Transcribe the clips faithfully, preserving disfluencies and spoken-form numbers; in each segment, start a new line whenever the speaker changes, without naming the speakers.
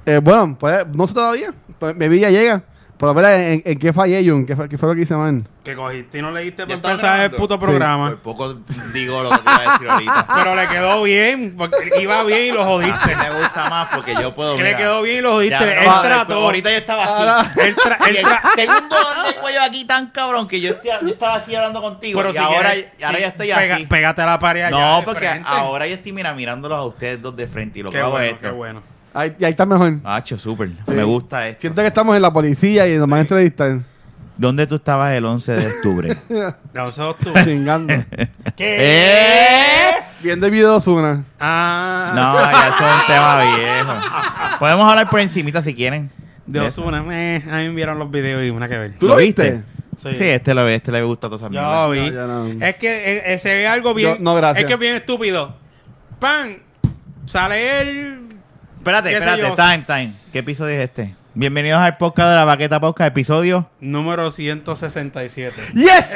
Eh, bueno, pues no sé todavía. Pues, mi vida llega. Pero ver en, en qué fallé yo, en qué fue, qué fue lo que hice mal.
Que cogiste y no leíste por
estaba
empezar el
grabando.
puto
Sí.
programa.
Por poco digo lo que te iba a decir ahorita.
Pero le quedó bien, porque iba bien y lo
A
jodiste.
mí me gusta más porque yo puedo.
Que le
mira,
quedó bien y lo jodiste.
ya,
Él
no,
trató.
ahorita yo estaba así.
Ahora-
Él tra- él
Y
tra-
tengo un dolor de cuello aquí tan cabrón que yo, estoy, yo estaba así hablando contigo.
Pero
y
si
ahora,
quieres,
y ahora
sí,
ya estoy
pega-
así.
Pégate a la pared allá.
No,
de
porque
frente.
ahora yo estoy mira, mirándolos a ustedes dos de frente y lo
Qué
que hago
bueno,
es esto.
qué bueno.
Ahí, y ahí está mejor.
Hacho, súper.
Sí.
Me gusta esto.
Siento que estamos en la policía y nos van a entrevistar.
¿Dónde tú estabas el once de octubre?
Nosotros tú.
Chingando.
¿Qué?
¿Eh?
Viendo el video de Ozuna.
Ah.
No, ya eso es un tema viejo. Podemos hablar por encimita si quieren.
De Ozuna. Eh, a mí me vieron los videos y una que ver.
¿Tú
¿Lo
lo viste?
viste? Sí, este lo ve, este le gusta a todas esas
Yo
mierdas.
lo vi.
No, yo no.
Es que eh, eh, se ve algo bien.
Yo- no, gracias.
Es que es bien estúpido. Pan. Sale él.
Espérate,
¿Qué sé
espérate,
yo?
time, time. ¿Qué episodio es este? Bienvenidos al podcast de la Baqueta Podcast, episodio.
Número ciento sesenta y siete.
¡Yes!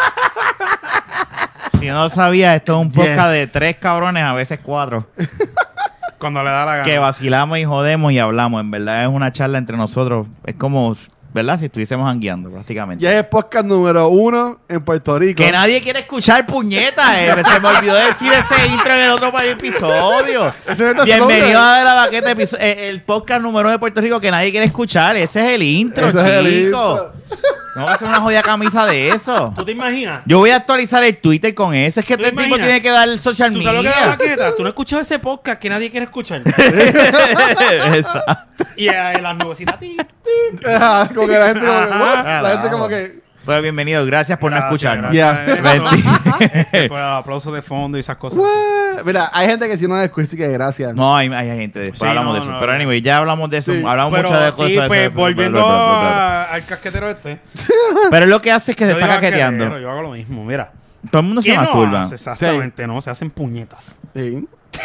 Si no lo sabía, esto es un podcast
Yes.
de tres cabrones, a veces cuatro,
Cuando le da la gana.
que vacilamos y jodemos y hablamos. En verdad es una charla entre nosotros. Es como, ¿verdad? Si estuviésemos hangueando prácticamente.
Ya es el podcast número uno en Puerto Rico.
Que nadie quiere escuchar puñetas. Eh. Se me olvidó decir ese intro en el otro episodio.
Ese no está
Bienvenido
slogan.
a la Baqueta, episo- eh, el podcast número uno de Puerto Rico que nadie quiere escuchar. Ese es el intro,
Ese es el
chico. No voy a hacer una jodida camisa de eso.
¿Tú te imaginas?
Yo voy a actualizar el Twitter con eso. Es que
¿Tú
este
te
tipo
imaginas?
tiene que dar el social
¿Tú
media.
sabes lo que es la baqueta? ¿Tú no has escuchado ese podcast que nadie quiere escuchar?
Exacto.
Y eh, las nubecitas. ti, ti.
Ajá, como que la gente, como que,
Ajá.
what? La gente como que...
Pero bienvenido, gracias por no
Gracias,
escucharnos.
gracias.
Ya.
Eso, Por el aplauso de fondo y esas cosas.
what? Mira, hay gente que si no escucha, que gracias.
No, hay, hay gente, después
Sí,
hablamos
no,
de eso.
no,
Pero
no.
anyway, ya hablamos de eso.
Sí.
Hablamos
Pero
mucho de cosas.
sí,
de
pues
eso.
volviendo a- al casquetero este.
Pero es lo que hace es que se
Yo
está
digo
caqueteando.
casquetero, Yo hago lo mismo, mira.
Todo el mundo se
¿Qué no
masturba.
hace? Exactamente, no, se hacen puñetas.
Sí.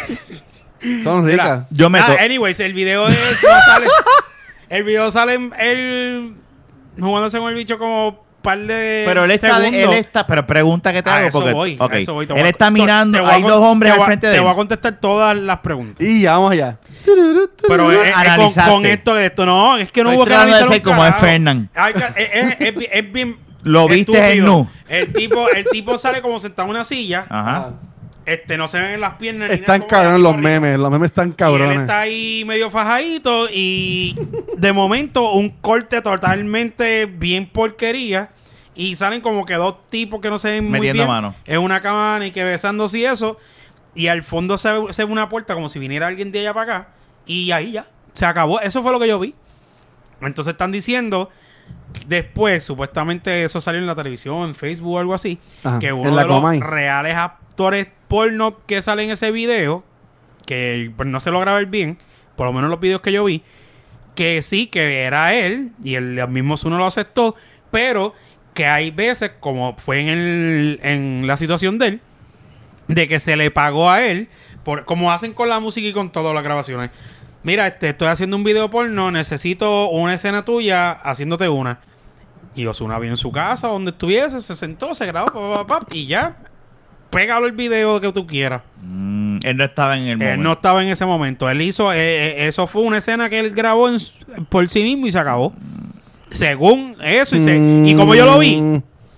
Son
Mira,
ricas.
Yo me
ah,
to-
anyways, el video es no sale. El video sale él jugándose con el bicho como par de
Pero él está,
segundos.
él está, pero pregunta que te
A
hago
eso
porque
voy,
ok,
a eso voy. Te
él
voy a-
está
te-
mirando,
te voy a
hay
con-
dos hombres
te
al
voy a-
frente de
Te
él.
voy a contestar todas las preguntas.
Y ya, vamos allá.
Pero eh, eh, con,
Analizaste.
con esto, esto, no, es que no
Estoy
hubo que
tratando de
analizar
ser
un
como es
carajo.
Fernan.
Ay, ca- Es, es- es bi- es bien
Lo viste en
estúpido.
nu.
El tipo, el tipo sale como sentado en una silla.
Ajá.
Este, no se ven las piernas. ni
Están
nada, como
cabrones
aquí
los
arriba.
memes. Los memes están
Y él
cabrones.
está ahí medio fajadito y de momento un corte totalmente bien porquería y salen como que dos tipos que no se ven muy
Metiendo
bien
mano.
en una cabana y que besándose y eso y al fondo se ve, se ve una puerta como si viniera alguien de allá para acá y ahí ya, se acabó. Eso fue lo que yo vi. Entonces están diciendo después, supuestamente eso salió en la televisión, en Facebook o algo así,
Ajá,
que
en
uno
la
de los
Comay.
reales actores porno que sale en ese video, que pues, no se logra ver bien, por lo menos los videos que yo vi, que sí, que era él, y el, el mismo Zuno lo aceptó, pero que hay veces, como fue en, el, en la situación de él, de que se le pagó a él, por, como hacen con la música y con todas las grabaciones. Mira, este, estoy haciendo un video porno, necesito una escena tuya haciéndote una. Y Ozuna vino en su casa, donde estuviese, se sentó, se grabó, pa, pa, pa, y ya, pégalo el video que tú quieras.
Mm, él no estaba en el momento.
Él no estaba en ese momento. Él hizo, eh, eh, eso fue una escena que él grabó en su- por sí mismo y se acabó. Según eso, y, se, y como yo lo vi,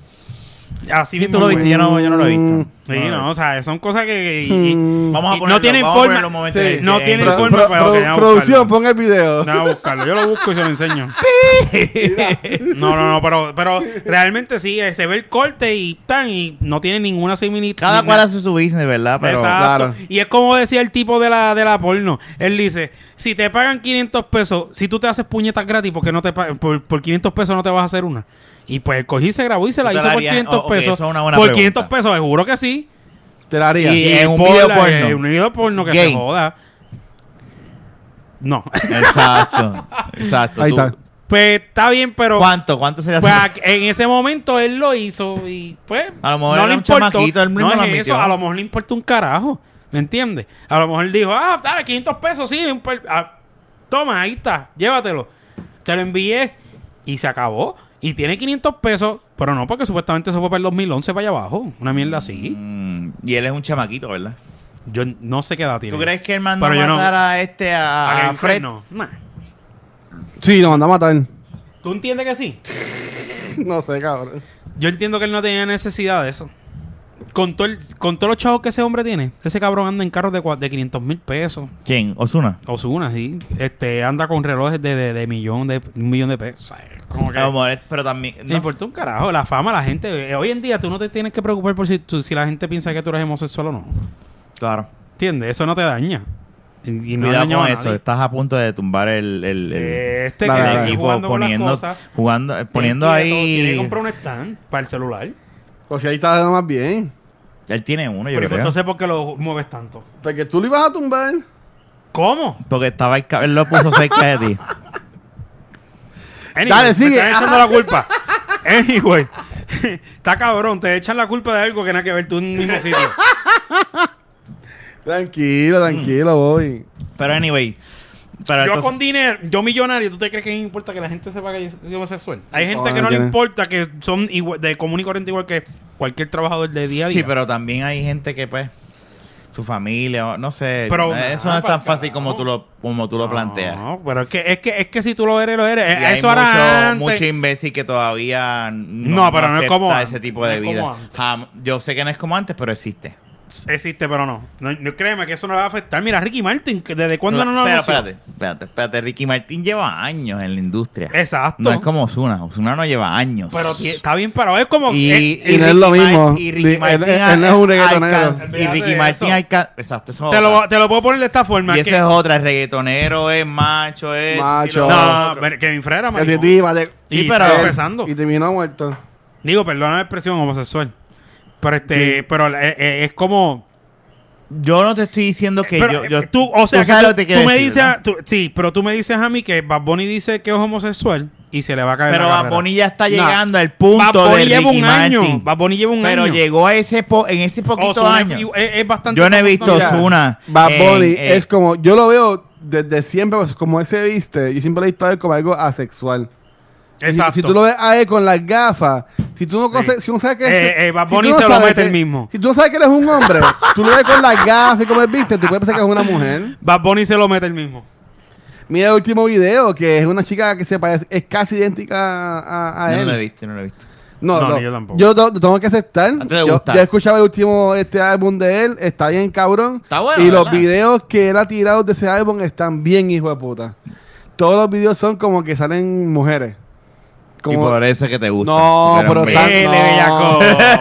así
Sí,
mismo
tú lo
fue.
viste, yo no, yo no lo he visto.
Sí,
No lo he
no,
visto.
o sea, son cosas que... y- y-
Mm.
Vamos a
y
ponerlo,
no tienen
vamos a
forma-
ponerlo un momento
Sí.
de-
no
de-
tienen
de-
Pro-
forma,
pro-
pero
pro-
que ya
producción,
buscarlo.
pon el video.
Nada, buscarlo. Yo lo busco y se lo enseño. No, no, no, pero, pero realmente sí, eh, se ve el corte y tan, y no tiene ninguna similitud.
Cada
ni
cual
nada.
hace su business, ¿verdad? Pero
Exacto.
claro.
Y es como decía el tipo de la, de la porno. Él dice, si te pagan quinientos pesos, si tú te haces puñetas gratis, porque no te pa- por, por quinientos pesos no te vas a hacer una. Y pues el cogí, se grabó y se la
¿Tú te
hizo
la
por
harías?
quinientos
Oh, ok,
pesos.
eso es una buena
por
pregunta.
quinientos pesos, seguro que sí.
Te la haría.
Y- en un
por
video
la-
porno.
En un video porno que
Gay.
se joda. No.
exacto, exacto.
Ahí
Tú-
está.
Pues está bien, pero...
¿Cuánto? ¿Cuánto sería?
Pues
su-
a- en ese momento él lo hizo y pues
A lo mejor
no
era
le
un
importó.
chamaquito, él mismo
no
lo
es
admitió.
eso, a lo mejor le importa un carajo, ¿me entiendes? A lo mejor dijo, ah, dale, quinientos pesos, sí, un per- ah, toma, ahí está, llévatelo. Te lo envié y se acabó. Y tiene quinientos pesos, pero no, porque supuestamente eso fue para el dos mil once para allá abajo, una mierda así.
Mm, y él es un chamaquito, ¿verdad?
Yo no sé qué edad tiene.
¿Tú crees que él mandó
Pero
a
yo no-
matar a este, a,
¿A
a
qué
Fred?
no? Nah.
Sí, nos mandó a matar.
¿Tú entiendes que sí?
No sé, cabrón.
Yo entiendo que él no tenía necesidad de eso. Con, todo el, con todos los chavos que ese hombre tiene, ese cabrón anda en carros de, cua- de quinientos mil pesos.
¿Quién? ¿Ozuna?
Ozuna, sí. Este, anda con relojes de, de, de millón de un millón de pesos. O sea, como que...
Amor, pero también...
No
no
importa un carajo. La fama, la gente... eh, Hoy en día tú no te tienes que preocupar por si, tú, si la gente piensa que tú eres homosexual o no.
Claro.
¿Entiendes? Eso no te daña. Y, y no
Cuidado
daña
con
a
eso.
nadie.
Estás a punto de tumbar el... el, el
Eh, Este
Dale,
que
dale.
sigue
equipo
jugando con las
poniendo...
cosas,
Jugando, eh, poniendo
ten quieto, Tiene que
ahí...
comprar un stand para el celular.
Pues si ahí está más bien.
Él tiene uno, yo
Pero
creo.
entonces, ¿por qué lo mueves tanto?
Porque tú lo ibas a tumbar.
¿Cómo?
Porque estaba el ca- él lo puso cerca de ti.
Anyway,
Dale, sigue.
Me están echando
Ajá.
la culpa. Anyway. Está cabrón. Te echan la culpa de algo que nada que ver tú en el mismo sitio.
Tranquilo, tranquilo, Bobby.
Pero anyway... Pero
Yo
entonces-
con dinero, yo millonario, ¿tú te crees que me importa que la gente sepa que yo soy homosexual? Hay gente
Oh,
que no le
tiene-
importa, que son igual- de común y corriente igual que cualquier trabajador de día a día.
Sí, pero también hay gente que, pues, su familia, no sé.
Pero,
eso
ah,
no es tan
pa'l
fácil
carajo.
como tú lo, como tú lo planteas.
No, pero es que, es que, es que si tú lo eres, lo eres.
Y hay
Eso era
mucho,
antes.
mucho imbécil que todavía no,
No, pero no es
acepta
como
ese
antes,
tipo
no
de
es
vida.
como antes.
Jam- yo sé que no es como antes, pero existe.
Existe, pero no. no. no, Créeme que eso no le va a afectar. Mira, Ricky Martin, que ¿desde cuándo no nos
Pero
anunció?
espérate, espérate, espérate. Ricky Martin lleva años en la industria.
Exacto.
No es como Ozuna. Ozuna no lleva años.
Pero ti- está bien parado. Es como...
Y,
eh,
y no es lo
Ricky
mismo.
Mar- Y Ricky
Él-
Martin
él- él no es un reggaetonero.
alcanza- Y
Olvídate
Ricky
de
Martin
eso.
alcanza... Exacto, eso es
te,
otra.
lo, te lo puedo poner de esta forma.
Y
que-
eso es otra. El reggaetonero es macho, es...
Macho.
y lo
No,
otro.
pero Kevin Frera,
Que si
maricón.
te iba de-
Sí,
Sí, pero-
pero empezando.
Y terminó muerto.
Digo, perdona la expresión homosexual. Pero este,
Sí.
pero eh, eh, es como...
Yo no te estoy diciendo que
pero,
yo,
eh,
yo...
tú, o sea,
tú
que
sabes
tú,
lo que te
tú
quiero
me
decir,
dices,
¿verdad?
tú- sí, pero tú me dices a mí que Bad Bunny dice que es homosexual y se le va a caer
Pero
la
Bad
carrera.
Bunny ya está
No.
llegando al
Bad
punto
Bunny
de
lleva
Ricky
un año.
Martin.
Bad Bunny lleva un
Pero
año.
llegó a ese po en ese poquito
Ozuna
años.
es, es- es bastante
Yo no he
famoso
visto
también.
Ozuna.
Bad
en-
Bunny
eh,
es como... Yo lo veo desde siempre, pues, como ese viste. Yo siempre lo he visto a él como algo asexual. Y
Exacto.
Si tú lo ves a él con las gafas, si tú no, conoces, si no sabes que
Eh, eh, Bad
si
Bunny
tú no
se lo
sabes
mete
que-
él mismo.
Si tú no sabes que él es un hombre, tú lo ves con las gafas y como él viste, tú puedes pensar que es una mujer.
Bad Bunny se lo mete el mismo.
Mira el último video, que es una chica que se parece, es casi idéntica a, a
Yo
él.
no lo he visto, no lo he visto.
No,
No,
no,
ni yo tampoco.
Yo lo, lo tengo que aceptar.
¿A ti te
Yo,
gusta?
yo he escuchado el último este álbum de él, está bien cabrón.
Está bueno,
Y los
¿verdad?
videos que él ha tirado de ese álbum están bien, hijo de puta. Todos los videos son como que salen mujeres.
Y por eso es que te gusta.
No, pero
hombre,
tan-
Dele,
no.
bellaco.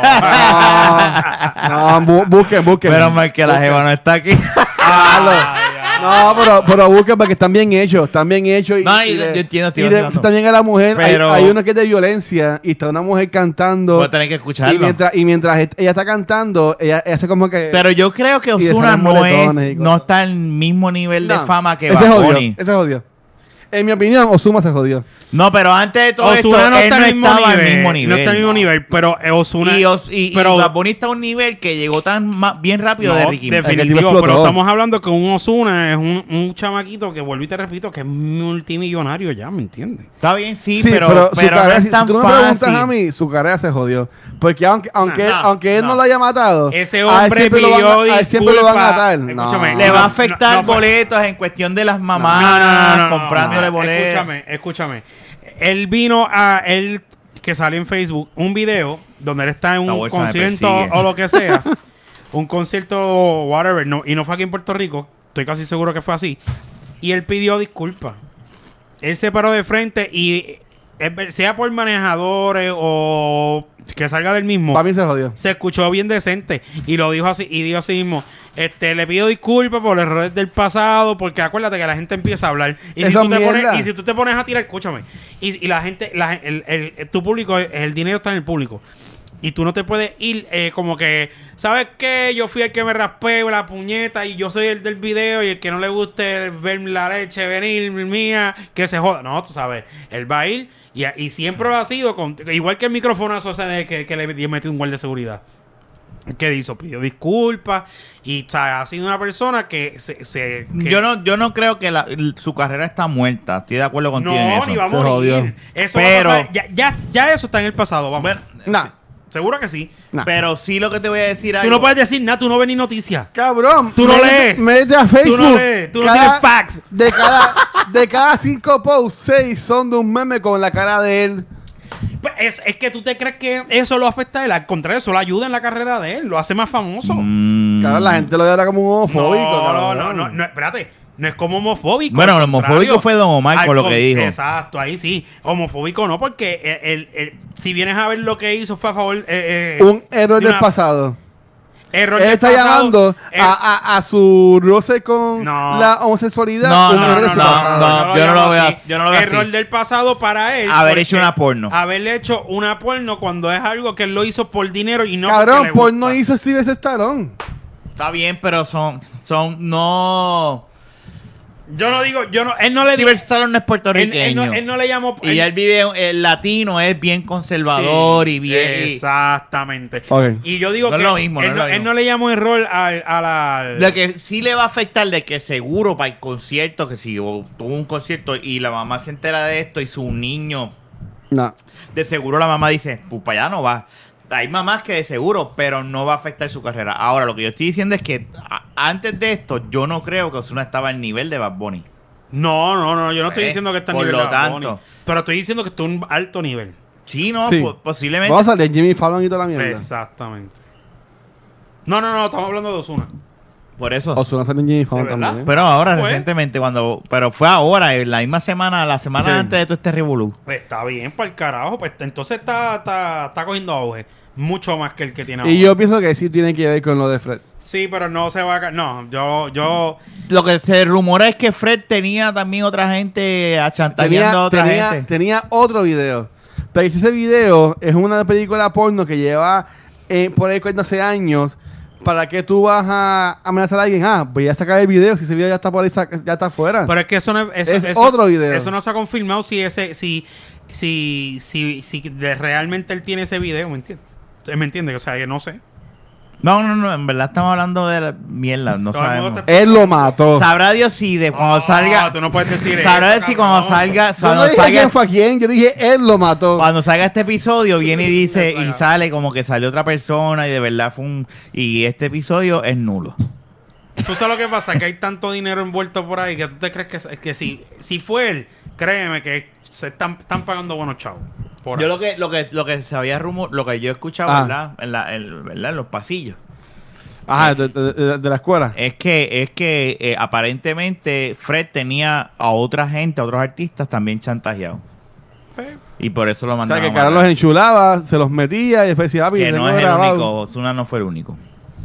No, no, bu- busquen, busquen.
Menos mal que la jeva no está aquí.
Ah, no, pero, pero busquen porque están bien hechos, están bien hechos. Y,
No, y
y
yo
de-
entiendo, estoy
y de-
vacilando.
también a la mujer, hay-
Pero-
hay, uno que es de violencia y está una mujer cantando.
Voy a tener que escucharlo.
Y mientras, y mientras est- ella está cantando, ella, ella hace como que...
Pero yo creo que
Y le
Ozuna
salen
no
moretones y
es,
cosas.
no está al mismo nivel de
No,
fama que
ese
Bad
jodió,
Bunny.
ese jodió. En mi opinión, Ozuna se jodió.
No, pero antes de todo esto,
Ozuna no
él
está
no
al mismo
estaba
nivel.
al mismo nivel.
No está al mismo nivel, pero eh, Ozuna...
Y, Oz- y, y
pero,
Bad Bunny está a un nivel que llegó tan ma- bien rápido
no,
de Ricky Martin.
El tipo
definitivo,
explotó.
pero estamos hablando que un Ozuna es un, un chamaquito que, vuelvo y te repito, que es multimillonario ya, ¿me entiendes?
Está bien, sí,
Sí,
pero,
pero,
pero,
su
no
carrera,
es
si,
tan
si tú me preguntas
fácil.
a mí, su carrera se jodió. Porque aunque, aunque,
No,
él, aunque él no,
no.
lo haya matado,
Ese
a él
hombre
siempre lo van
pidió
a- a él siempre lo van a atar.
disculpas.
No.
Escúchame,
Le
No,
va a
no,
afectar
no fue-
boletos en cuestión de las
No,
mamás
no, no, no, no,
comprándole
no,
boletos.
Escúchame, escúchame. Él vino a él que salió en Facebook un video donde él está en
Esta
un
bolsa me
concierto
persigue.
o lo que sea, un concierto whatever, no, y no fue aquí en Puerto Rico, estoy casi seguro que fue así, y él pidió disculpas. Él se paró de frente y es ver- sea por manejadores o que salga del mismo,
Para mí se jodió.
se escuchó bien decente y lo dijo así y dijo así mismo, este le pido disculpas por los errores del pasado, porque acuérdate que la gente empieza a hablar y si,
Eso
tú
es
te pones,
mierda.
y si tú te pones a tirar, escúchame, y, y la gente la, el, el- el- tu público, el dinero está en el público y tú no te puedes ir eh, como que, ¿sabes qué? Yo fui el que me raspé la puñeta y yo soy el del video y el que no le guste ver la leche venir mía, que se joda. No, tú sabes, él va a ir y, y siempre lo ha sido, con, igual que el microfonazo ese de que, que le metió un guardia de seguridad. ¿Qué hizo? Pidió disculpas y o sea, ha sido una persona que se... se que
Yo no, yo no creo que la- su carrera está muerta. Estoy de acuerdo contigo en
no,
eso.
ni va a
Se
morir.
jodió.
Eso
Pero-
va a pasar. Ya, ya, ya eso está en el pasado. Vamos.
Bueno,
Nah.
sí,
Seguro que sí.
Nah.
Pero sí lo que te voy a decir
Tú
algo.
no puedes decir nada, tú no ves ni noticias.
Cabrón.
Tú no
métete-
lees.
Métete a Facebook.
Tú no lees, tú no tienes facts.
De cada, de cada cinco posts, seis son de un meme con la cara de él.
Pues es, es que tú te crees que eso lo afecta a él. Al contrario, eso lo ayuda en la carrera de él. Lo hace más famoso.
Mm.
Cabrón, la gente lo ve como un homofóbico.
no, no,
cabrón.
no, no, no, espérate. No es como homofóbico.
Bueno,
al
el homofóbico
contrario.
fue Don Omar
Al
con lo
con-
que dijo.
Exacto, ahí sí. Homofóbico no, porque el, el- el- si vienes a ver lo que hizo fue a favor. eh, eh,
Un error
de
del
una-
pasado.
Error
Él
del
está
pasado,
llamando
er-
a, a, a su roce con
No.
la homosexualidad.
No,
un
no,
error
no,
de su
no,
pasado.
no. yo no lo
llamo
veo
así.
así, yo no lo veo
Error
así.
del pasado para él.
Haber
porque
hecho una porno.
Haberle hecho una porno cuando es algo que él lo hizo por dinero y no
Cabrón,
porque le
pues no
gusta.
hizo Steven Stallone.
Está bien, pero son, son, no.
Yo no digo, yo no, él no le dijo.
Steven Stallone no es
Él,
puertorriqueño.
él no, él no le llamó.
y
él-
él vive, el latino es bien conservador
Sí,
y bien. y-
Exactamente.
Ok.
Y yo digo
No es
que
lo mismo,
él,
no es
no,
lo
él
mismo.
no le llamó error al, a la. al-
Lo que sí le va a afectar de que seguro para el concierto, que si o- tuvo un concierto y la mamá se entera de esto y su niño,
No.
de seguro la mamá dice, pues para allá no va. Hay mamás que de seguro, pero no va a afectar su carrera. Ahora, lo que yo estoy diciendo es que a- antes de esto, yo no creo que Ozuna estaba al nivel de Bad Bunny.
No, no, no, yo no estoy
Eh,
diciendo que está a
por
nivel
lo
de Bad
tanto.
Bunny, pero estoy diciendo que está a un alto nivel.
Sí, no,
Sí.
po- posiblemente.
Vamos a salir Jimmy Fallon y toda la mierda.
Exactamente. No, no, no, estamos hablando de Ozuna.
Por eso.
Ozuna salió en Jimmy Fallon
¿verdad?
también.
Pero ahora,
Pues-
recientemente, cuando. Pero fue ahora, en la misma semana, la semana
Sí.
antes de todo este revolú.
Pues está bien, para el carajo. Pues entonces está, está, está cogiendo auge. Mucho más que el que tiene ahora.
Y yo pienso que sí tiene que ver con lo de Fred.
Sí, pero no se va a... ca- No, yo... yo
Lo que se rumora es que Fred tenía también otra gente achantajeando a
Tenía,
otra
tenía,
gente.
tenía otro video. Pero ese video es una película porno que lleva eh, por ahí cuarenta años. ¿Para qué tú vas a amenazar a alguien? Ah, voy a sacar el video. Si ese video ya está por ahí, saca- ya está afuera.
Pero es que eso no es... Eso,
Es
eso-
otro video.
Eso no se ha confirmado si ese... Si, si, si, si de- realmente él tiene ese video, ¿me entiendes? ¿Me entiendes? O sea, que no sé.
No, no, no, en verdad estamos hablando de la mierda, no
Todo el mundo
sabemos.
te-
Él lo mató.
Sabrá Dios si de cuando
No,
salga.
tú no puedes decir
Sabrá
eso,
Dios si cuando
cabrón.
salga.
Yo no
Cuando
dije
salga,
quién fue a quién. Yo dije él lo mató.
cuando salga este episodio, viene y dice. Y
Claro.
sale como que salió otra persona y de verdad fue un. Y este episodio es nulo.
Tú sabes lo que pasa, que hay tanto dinero envuelto por ahí que tú te crees que, que si, si fue él, créeme que se están, están pagando buenos chavos. por
Yo
ahí.
lo que, lo que, lo que sabía rumor, lo que yo escuchaba,
Ah.
¿verdad? En, la, en, ¿verdad? En los pasillos.
Ajá, de, de- de- de la escuela.
Es que, es que eh, aparentemente Fred tenía a otra gente, a otros artistas también chantajeados.
Eh,
Y por eso lo
O sea,
mandaron
que
a
Carlos
matar.
los enchulaba, se los metía y después decía, "Papi,
Que
tengo
no es el
grabado".
único. Ozuna no fue el único.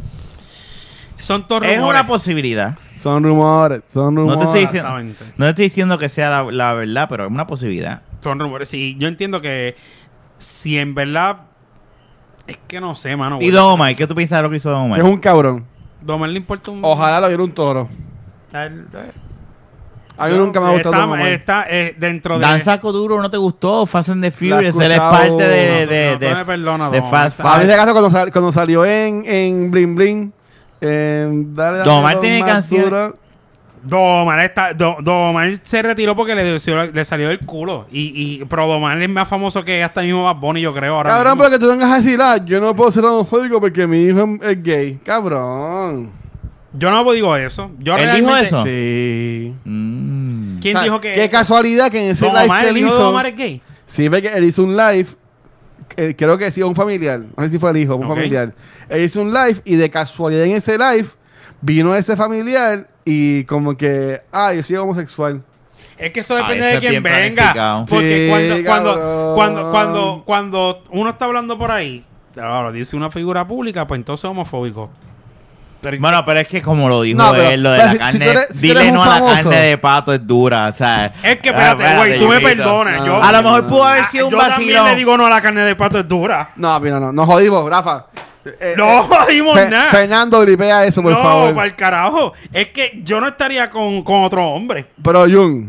Son todos
Es
rumores.
una posibilidad.
Son rumores, son
No
rumores.
te estoy diciendo,
Exactamente.
no te estoy diciendo que sea la, la verdad, pero es una posibilidad.
Son rumores. Sí, yo entiendo que si en verdad... Es que no sé, mano.
Y
güey.
Don Omar, ¿qué tú piensas de lo que hizo Don Omar?
Que es un cabrón.
Domar le importa un...
Ojalá lo viera un toro.
A él, eh,
A mí
yo-
nunca me ha gustado
está,
Don Omar.
está eh, dentro de...
Danza Coduro no te gustó, Fast and the
La he
Furious, él es
escuchado.
parte de,
No,
de,
no, tú
de,
me perdonas,
de
Don
Fast
Omar.
A mí
Five.
ese caso cuando, sal- cuando salió en, en Bling Bling. Eh, dale, dale,
Don Omar
Don
tiene
Omar
canciones-
duro.
Domar está... Do- Domar se retiró porque le, dio- le salió del culo. Y, y, pero Domar es más famoso que hasta mismo Bad Bunny, yo creo, ahora
Cabrón,
mismo.
pero que tú vengas a decir, ah, yo no puedo ser homofóbico porque mi hijo es- es gay. Cabrón.
Yo no digo eso. Yo
¿Él dijo
realmente...
eso?
Sí.
Mm.
¿Quién
O sea,
dijo que...
Qué casualidad que en ese
Don
live
Omar,
que
el
él
hijo de
hizo.
Don Omar es gay?
Sí, ve que él hizo un live. eh, creo que sí, un familiar. No sé si fue el hijo, un
Ok.
familiar. Él hizo un live y de casualidad en ese live vino ese familiar y como que, ah, yo soy homosexual.
Es que eso
Ah,
depende
eso
de
es
quién
bien
venga.
planificado.
Porque
Sí,
cuando, cuando,
cabrón.
cuando, cuando, cuando uno está hablando por ahí, ahora dice una figura pública, pues entonces es homofóbico. Pero-
Bueno, pero es que como lo dijo
No, pero-
él, lo de
pero
la
si- si
carne,
tú eres- si tú
dile
eres un
no a la
famoso.
carne de pato es dura, o sea.
es que
ah,
espérate, güey, tú me
Yuyito.
perdonas.
No,
yo,
A lo mejor
no,
pudo haber
Ah,
sido un
yo también
vacilón.
le digo no a la carne de pato es dura.
No, mira, no, no jodimos, Rafa. Eh,
No
eh,
jodimos
Fe-
nada.
Fernando, gripea eso, por
no,
favor.
para el carajo. Es que yo no estaría con, con otro hombre.
Pero Jun,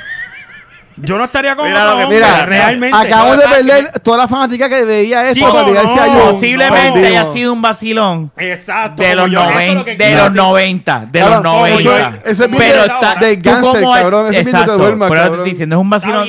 Yo no estaría con
Mira
otro
lo que-
hombre.
mira,
realmente.
acabamos de
No,
perder toda la fanática que veía eso
Chico,
para ligarse
no,
a Jun.
Posiblemente
No.
haya sido un vacilón
Exacto.
de
como
los,
yo- eso es
noven-
lo que
de
quiero
los
decir.
noventa. De
Cabrón,
los
como
noventa.
yo- eso es bien
Pero
de-
está
de
gangster,
tú como-
cabrón, ese es bien de te
Exacto,
duermas,
pero te
cabrón.
estoy diciendo, es un
Está
vacilón.
bien.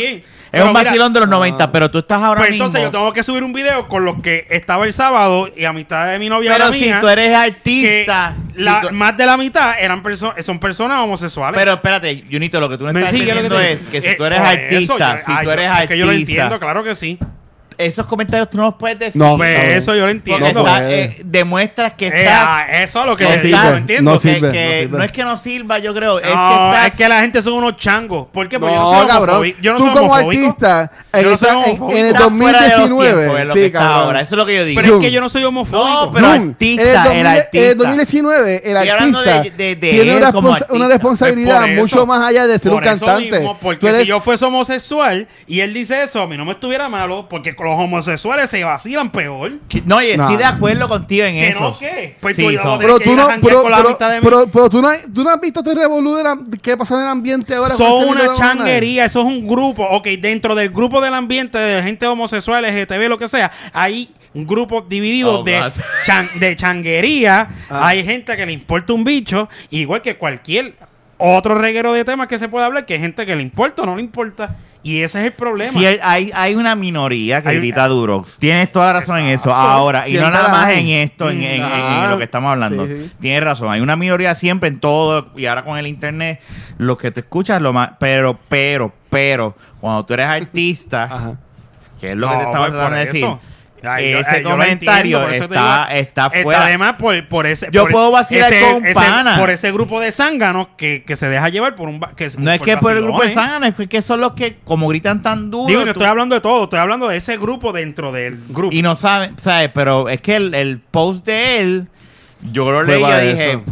Es un
mira,
vacilón de los noventa, pero tú estás ahora
Pues
mismo...
entonces yo tengo que subir un video con los que estaba el sábado y a mitad de mi novia
Pero
la
si
mía,
tú eres
que
artista... si
la-
tú-
más de la mitad eran perso- son personas homosexuales.
Pero espérate, Junito, lo que tú no
¿Me
estás
sigue lo que
entendiendo
te-
es que si
Eh,
tú eres
por
artista,
eso, yo-
si
ah,
tú
yo-
eres
es
artista...
que yo lo entiendo, claro que sí.
Esos comentarios tú no los puedes decir.
No,
Pues
cabrón.
eso yo lo
Porque
entiendo.
No
está-
puede.
eh, demuestras que
Eh,
estás...
ah, eso es lo que
No
yo
sirve,
no entiendo.
no
que-
sirve,
que
no sirve.
no es que no sirva, yo creo. es que
No,
estás...
es que la gente son unos changos. ¿Por qué? Porque
No,
yo no soy
cabrón.
homofóbico. Yo no
Tú
soy
como
homofóbico.
artista,
Yo
en,
no soy
esa- en-
homofóbico.
en el
Estás fuera de los
dos mil diecinueve,
tiempos, es lo
sí,
que está
cabrón.
ahora. Eso es lo que yo digo.
Pero es
Jun.
que yo no soy homofóbico.
No, pero
Jun,
artista,
en el, dos mil,
el
en el
artista.
dos mil diecinueve, el
Estoy hablando
artista
de- de- de
tiene
él
una,
como
responsa-
artista.
una responsabilidad
Pues por
mucho
eso,
más allá de ser un
por eso
cantante.
mismo, porque
Tú eres-
si yo fuese homosexual y él dice eso, a mí no me estuviera malo, porque con los homosexuales se vacilan peor.
No, y estoy
No.
de acuerdo contigo en
¿Que
eso.
no qué? Pues
Sí,
tú y yo
son-
vamos a
pero
tener que
tú
ir a
no,
janguear
pero,
con la
pero,
mitad de mí.
pero, pero tú no, tú no has visto este revolú de la, qué pasó en el ambiente ahora. con
Son
este
una
video de Bonai?
changuería, eso es un grupo. Ok, dentro del grupo del ambiente de gente homosexual, L G T B, lo que sea, hay un grupo dividido
Oh,
de,
God.
chan- de changuería.
Ah.
Hay gente que le importa un bicho, igual que cualquier otro reguero de temas que se puede hablar, que hay gente que le importa o no le importa. Y ese es el problema.
Sí, hay- hay, hay una minoría que
Hay-
grita duro. Tienes toda la razón en eso.
Exacto.
Ahora, y no
Siempre
nada
la
más
hay.
en esto, en, en- en- en lo que estamos hablando.
Sí, sí.
Tienes razón. Hay una minoría siempre en todo. Y ahora con el internet, los que te escuchas, lo más. Pero, pero, pero, cuando tú eres artista,
Ajá.
que es lo
No,
que te estaba
pues,
tratando
por
de decir.
eso. Ay, yo-
ese
ay, yo lo
comentario
entiendo, por eso te
está,
digo,
está
Está
fuera.
además por, por ese.
Yo
por
puedo vacilar
ese-
con
ese-
pana.
Por ese grupo de zánganos que, que se deja llevar por un. va- Que,
No es que por el grupo de
vacilones.
sangre, es que son los que, como gritan tan duro.
Digo, y no
tú-
estoy hablando de todo, estoy hablando de ese grupo dentro del grupo.
y no saben, ¿sabes? Pero es que el, el post de él, yo lo
Fue
leí y
para
yo dije.
eso.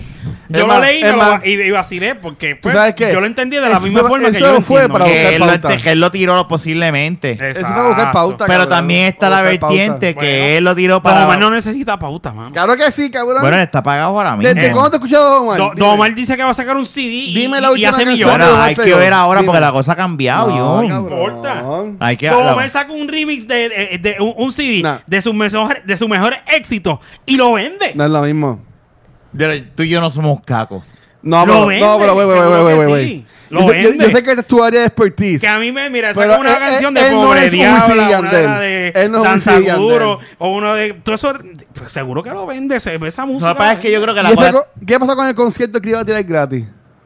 Yo
Es
lo
más,
leí y,
es
me lo-
más,
y, y vacilé porque pues,
sabes qué?
yo lo entendí de la
Eso
misma
fue-
forma que
eso
yo lo
fue
entiendo.
para
Que
buscar
él, lo,
pauta.
que él lo tiró posiblemente.
Exacto.
Eso fue a buscar pauta.
Pero
cabrón.
también está la
Buscar pauta.
vertiente que
Bueno,
él lo tiró
Don
para.
Omar no necesita pauta, mano.
Claro que sí, cabrón.
Bueno, él está pagado ahora mismo.
¿Desde cuándo te he escuchado Don Omar?
Do-
Dime.
Don Omar dice que va a sacar un C D y,
Dime
y-
la
y
última
hace
canción
millones.
de
Bueno,
Omar
hay que
pegó.
ver ahora
Dime.
porque la cosa ha cambiado,
No,
yo.
cabrón.
importa.
Hay que
Don
la-
Omar saca un remix de, de- de un, un C D
Nah.
de sus mejores de sus mejores éxitos y lo vende.
No es lo mismo.
de- Tú y yo no somos cacos.
No,
Lo
pero,
vende,
no, pero, güey, güey,
seguro
güey,
que
güey,
sí.
güey.
Lo
Yo, sé- yo-
vende.
yo sé que esta es tu área de expertise.
Que a mí me, mira,
Pero
saca una
él-
canción
él-
de
él no
Pobre
es un
Diabla,
Wisin y
una de
Yandel.
la de
Él no es un
Danza
Wisin y Yandel.
Duro, o uno de... Todo eso, pues, seguro que lo vende, se ve esa música.
Lo que pasa es que yo creo que
¿Y
la
ese
cosa.
co- ¿Qué pasa con el concierto que iba a tirar gratis?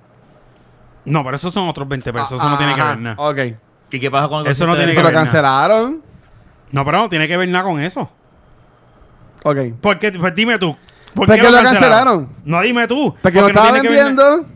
No, pero esos son otros veinte pesos, eso no tiene que
Ajá,
ver nada.
Ok.
¿Y qué pasa con el
Eso no
concierto
tiene
de-
que
Se lo
ver nada.
cancelaron.
No, pero no tiene que ver nada con eso.
Ok.
¿Por qué? Pues dime tú. ¿Por
¿Por qué lo cancelaron?
No, dime tú.
Porque lo
no
estaba
tiene que ver nada.
vendiendo.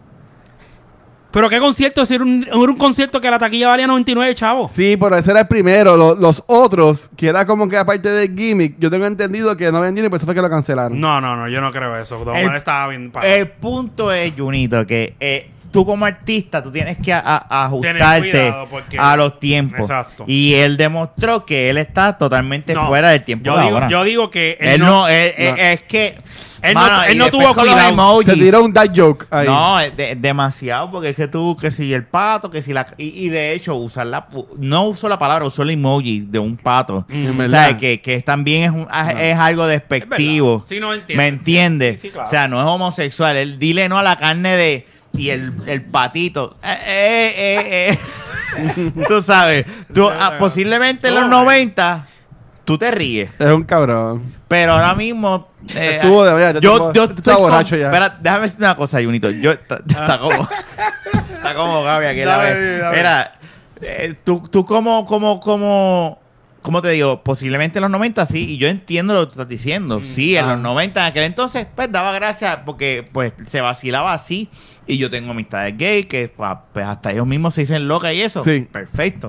¿Pero qué concierto? Si era un, era un concierto que la taquilla valía noventa y nueve chavos.
Sí, pero ese era el primero. Lo- los otros, que era como que aparte del gimmick, yo tengo entendido que no vendieron y por eso fue que lo cancelaron.
No, no, no, yo no creo eso. Don
El-
Omar estaba bien parado.
El punto es, Junito, que eh, tú como artista, tú tienes que a- a-
Tener
ajustarte
cuidado porque-
a los tiempos.
Exacto.
Y él demostró que él está totalmente
No,
fuera del tiempo
yo
de
digo,
ahora.
yo digo que él,
él
no,
no, él-
no.
eh, es que...
Él no-
mano,
él
y
no
después
tuvo
con los
cuidado.
emojis.
Se tiró un dad joke ahí.
No, es de- demasiado, porque es que tú, que si el pato, que si la... Y, y de hecho, usar la... No usó la palabra, usó el emoji de un pato.
Mm.
En
O
verdad.
sea, que, que también es, un- es algo despectivo.
verdad. Sí, no, entiendo.
¿Me entiendes?
Sí, sí, claro.
O sea, no es homosexual. Él dile no a la carne de... Y el, el patito. Eh, eh, eh, eh. Tú sabes. Tú, ah, posiblemente en los
No,
noventa, tú te ríes.
Es un cabrón.
Pero ahora mismo... eh,
Estuvo de verdad.
yo, yo
estoy
estoy con-
borracho ya.
Espera, déjame decir una cosa, Junito. Yo está, está como está como Gaby aquí la
Dale,
vez.
dale.
Mira, eh, tú, tú como, como, como, ¿cómo te digo? Posiblemente en los noventa sí, y yo entiendo lo que tú estás diciendo. Sí, en
ah.
los noventa, en aquel entonces, pues daba gracia porque pues se vacilaba así. Y yo tengo amistades gay que pues, pues, hasta ellos mismos se dicen loca y eso.
Sí.
Perfecto.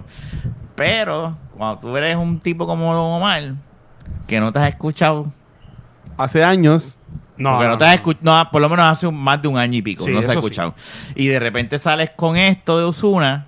Pero cuando tú eres un tipo como Don Omar, que no te has escuchado.
Hace años.
No,
Porque no,
no,
te has
no.
escuchado, no, por lo menos hace un- más de un año y pico,
Sí,
no se ha
eso sí.
escuchado. Y de repente sales con esto de Ozuna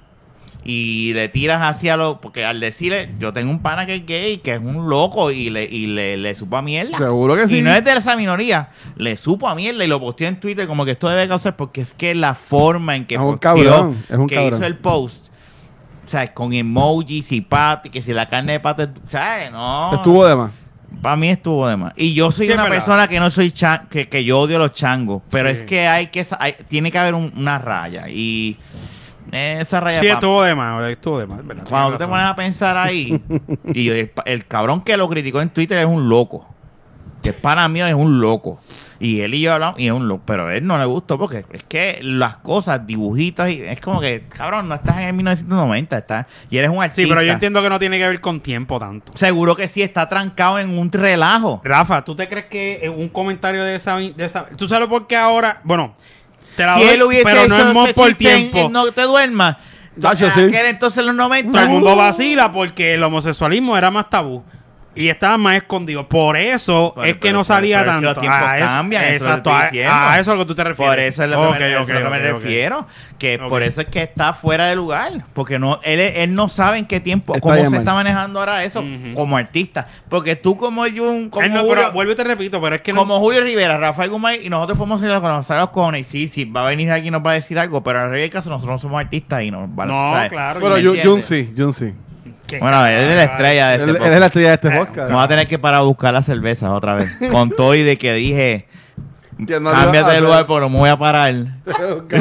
y le tiras hacia lo... Porque al decirle, yo tengo un pana que es gay, que es un loco y le, y le, le supo a mierda.
Seguro que sí.
Y no es de esa minoría, le supo a mierda y lo posteó en Twitter como que esto debe causar, porque es que la forma en que
Es un
posteó,
cabrón, es un
que
cabrón.
hizo el post, o sea, con emojis y pato, y que si la carne de pato, ¿sabes? No.
Estuvo de más.
Para mí estuvo de más. Y yo soy
Sí, es
una
verdad.
persona que no soy chan- que, que yo odio los changos. Pero
Sí.
es que hay que sa- hay- tiene que haber un- una raya. Y Esa raya
Sí,
pa-
estuvo de más, estuvo de más, ¿verdad?
Cuando tú
Tienes
te
razón.
pones a pensar ahí, y yo, el, el cabrón que lo criticó en Twitter es un loco. Que es pana mío, es un loco. Y él y yo hablamos, y es un loco. Pero a él no le gustó porque es que las cosas, dibujitos, y es como que, cabrón, no estás en el mil novecientos noventa, estás, y eres un artista.
Sí, pero yo entiendo que no tiene que ver con tiempo tanto.
Seguro que sí, está trancado en un relajo.
Rafa, ¿tú te crees que eh, un comentario de esa, de esa... ¿Tú sabes por qué ahora? Bueno, te la
Si
doy,
él hubiese
pero no
hecho
es more
ese
por
chiste en-
tiempo.
en No te duermas.
Tacho, sí.
Aquel entonces en los noventa.
Todo el mundo vacila porque el homosexualismo era más tabú. Y estaba más escondido. Por eso
Bueno,
es que
pero
no
eso-
salía
pero es que
tanto.
los tiempos
A eso-
cambian, eso es lo que
exacto.
estoy
a-
diciendo.
A, eso es lo que tú te refieres.
Por eso es lo que
Ok,
me, eso
ok,
es lo que me
ok, ok.
refiero. Que
Ok.
por eso es que está fuera de lugar. Porque no, él, él no sabe en qué tiempo,
Está
cómo
bien
se
mal.
está manejando ahora eso
Ujú.
como artista. Porque tú como Jun, como
Él no,
Julio,
pero vuelvo y te repito, pero es que no.
como Julio Rivera, Rafael Guzmán, y nosotros podemos ir a conocer los cojones. Y sí, sí, va a venir aquí y nos va a decir algo. Pero en el caso nosotros no somos artistas y nos vale.
No,
¿sabes?
claro.
Pero
¿Me
Jun, Jun
entiendes?
sí, Jun sí.
¿Qué
Bueno, él es la estrella de
Él,
este
él es
podcast.
la estrella de este
Eh,
podcast.
Vamos a tener que parar a buscar las cervezas otra vez. Con todo y de que dije,
Que no le
cámbiate
va a
de lugar
hacer.
porque no me voy a parar.
Cabrón.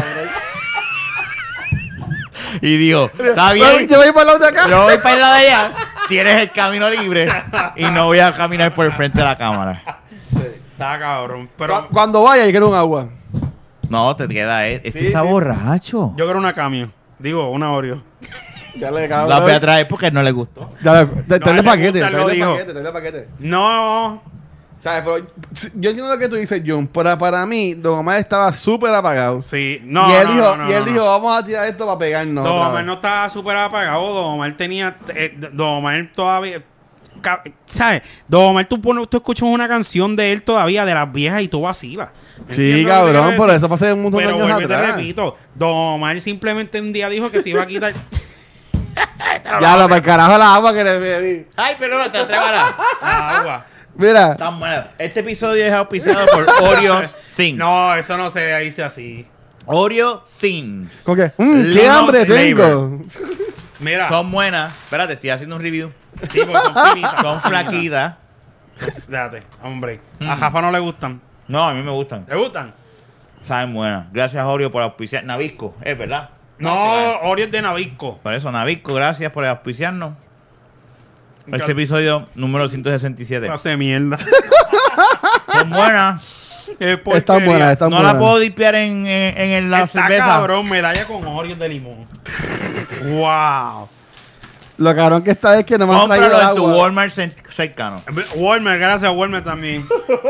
Y digo, está
Yo-
bien,
Yo voy para el lado de acá.
yo voy para el lado de allá. Tienes el camino libre y no voy a caminar por el frente de la cámara.
Está cabrón.
Cu-
Pero
Cuando vaya, yo quiero un agua.
No, te queda, eh. Este
Sí,
está
sí.
borracho.
yo quiero una cambio. Digo, una Oreo.
Ya le
La voy a traer porque no le gustó.
Ya le, te-
No,
trae
le
paquete,
gusta, él lo
trae
dijo.
paquete, trae paquete.
No.
¿Sabes? Pero yo entiendo lo que tú dices, John. Pero para mí, Don Omar estaba súper apagado.
Sí. No.
y él,
no,
dijo,
no, no,
y él
no,
dijo,
no.
vamos a tirar esto para pegarnos.
Don
otra
Omar
vez.
no estaba súper apagado. Don Omar tenía. eh, Don Omar todavía. ca- ¿Sabes? Don Omar, tú, pones, tú escuchas una canción de él todavía, de las viejas, y tú vacilas. ¿Me
Sí,
entiendes lo que te
cabrón,
quiero
por
decir?
eso fue hace un montón de
Pero
años
vuelvo y te
atrás.
repito, Don Omar simplemente un día dijo que se iba a quitar.
Ya, lo para el carajo la agua que le pedí.
Ay, pero no te atrevarás.
la agua.
Mira,
Tan buena. Este episodio es auspiciado por Oreo Thins.
No, eso no se dice así.
Oreo Thins.
¿con qué? Mm, ¡Qué
Lemon
hambre
flavor.
tengo!
Mira.
Son buenas. Espérate, estoy haciendo un review.
Sí, porque son finitas.
Son flaquitas.
Déjate, hombre.
Mm.
A Jafa no le gustan.
No, a mí me gustan.
¿Le gustan?
Saben buenas. Gracias, Oreo, por auspiciar. Navisco, es verdad.
No, Oreo es de Nabisco.
Por eso, Navisco, gracias por auspiciarnos. Este
Ya-
episodio número ciento sesenta y siete.
Hace mierda.
Son buenas.
Qué
Están
porquería.
buenas, están
No
buenas.
la puedo dipear en, en, en la
Está
cerveza.
cabrón, medalla con Oreo de limón. Wow.
Lo cabrón que está es que no me han traído
Cómpralo en tu
agua.
Walmart cer- cercano.
Walmart, gracias a Walmart también.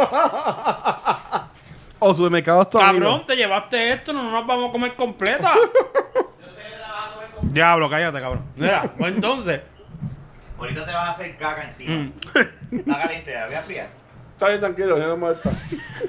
O supermercados todavía.
Cabrón, te llevaste esto, no nos vamos a comer completa. Diablo, cállate, cabrón. Mira, pues entonces.
Ahorita te vas a hacer caca encima.
mm.
Está caliente, la voy a enfriar.
Está bien, tranquilo, yo no me molesta.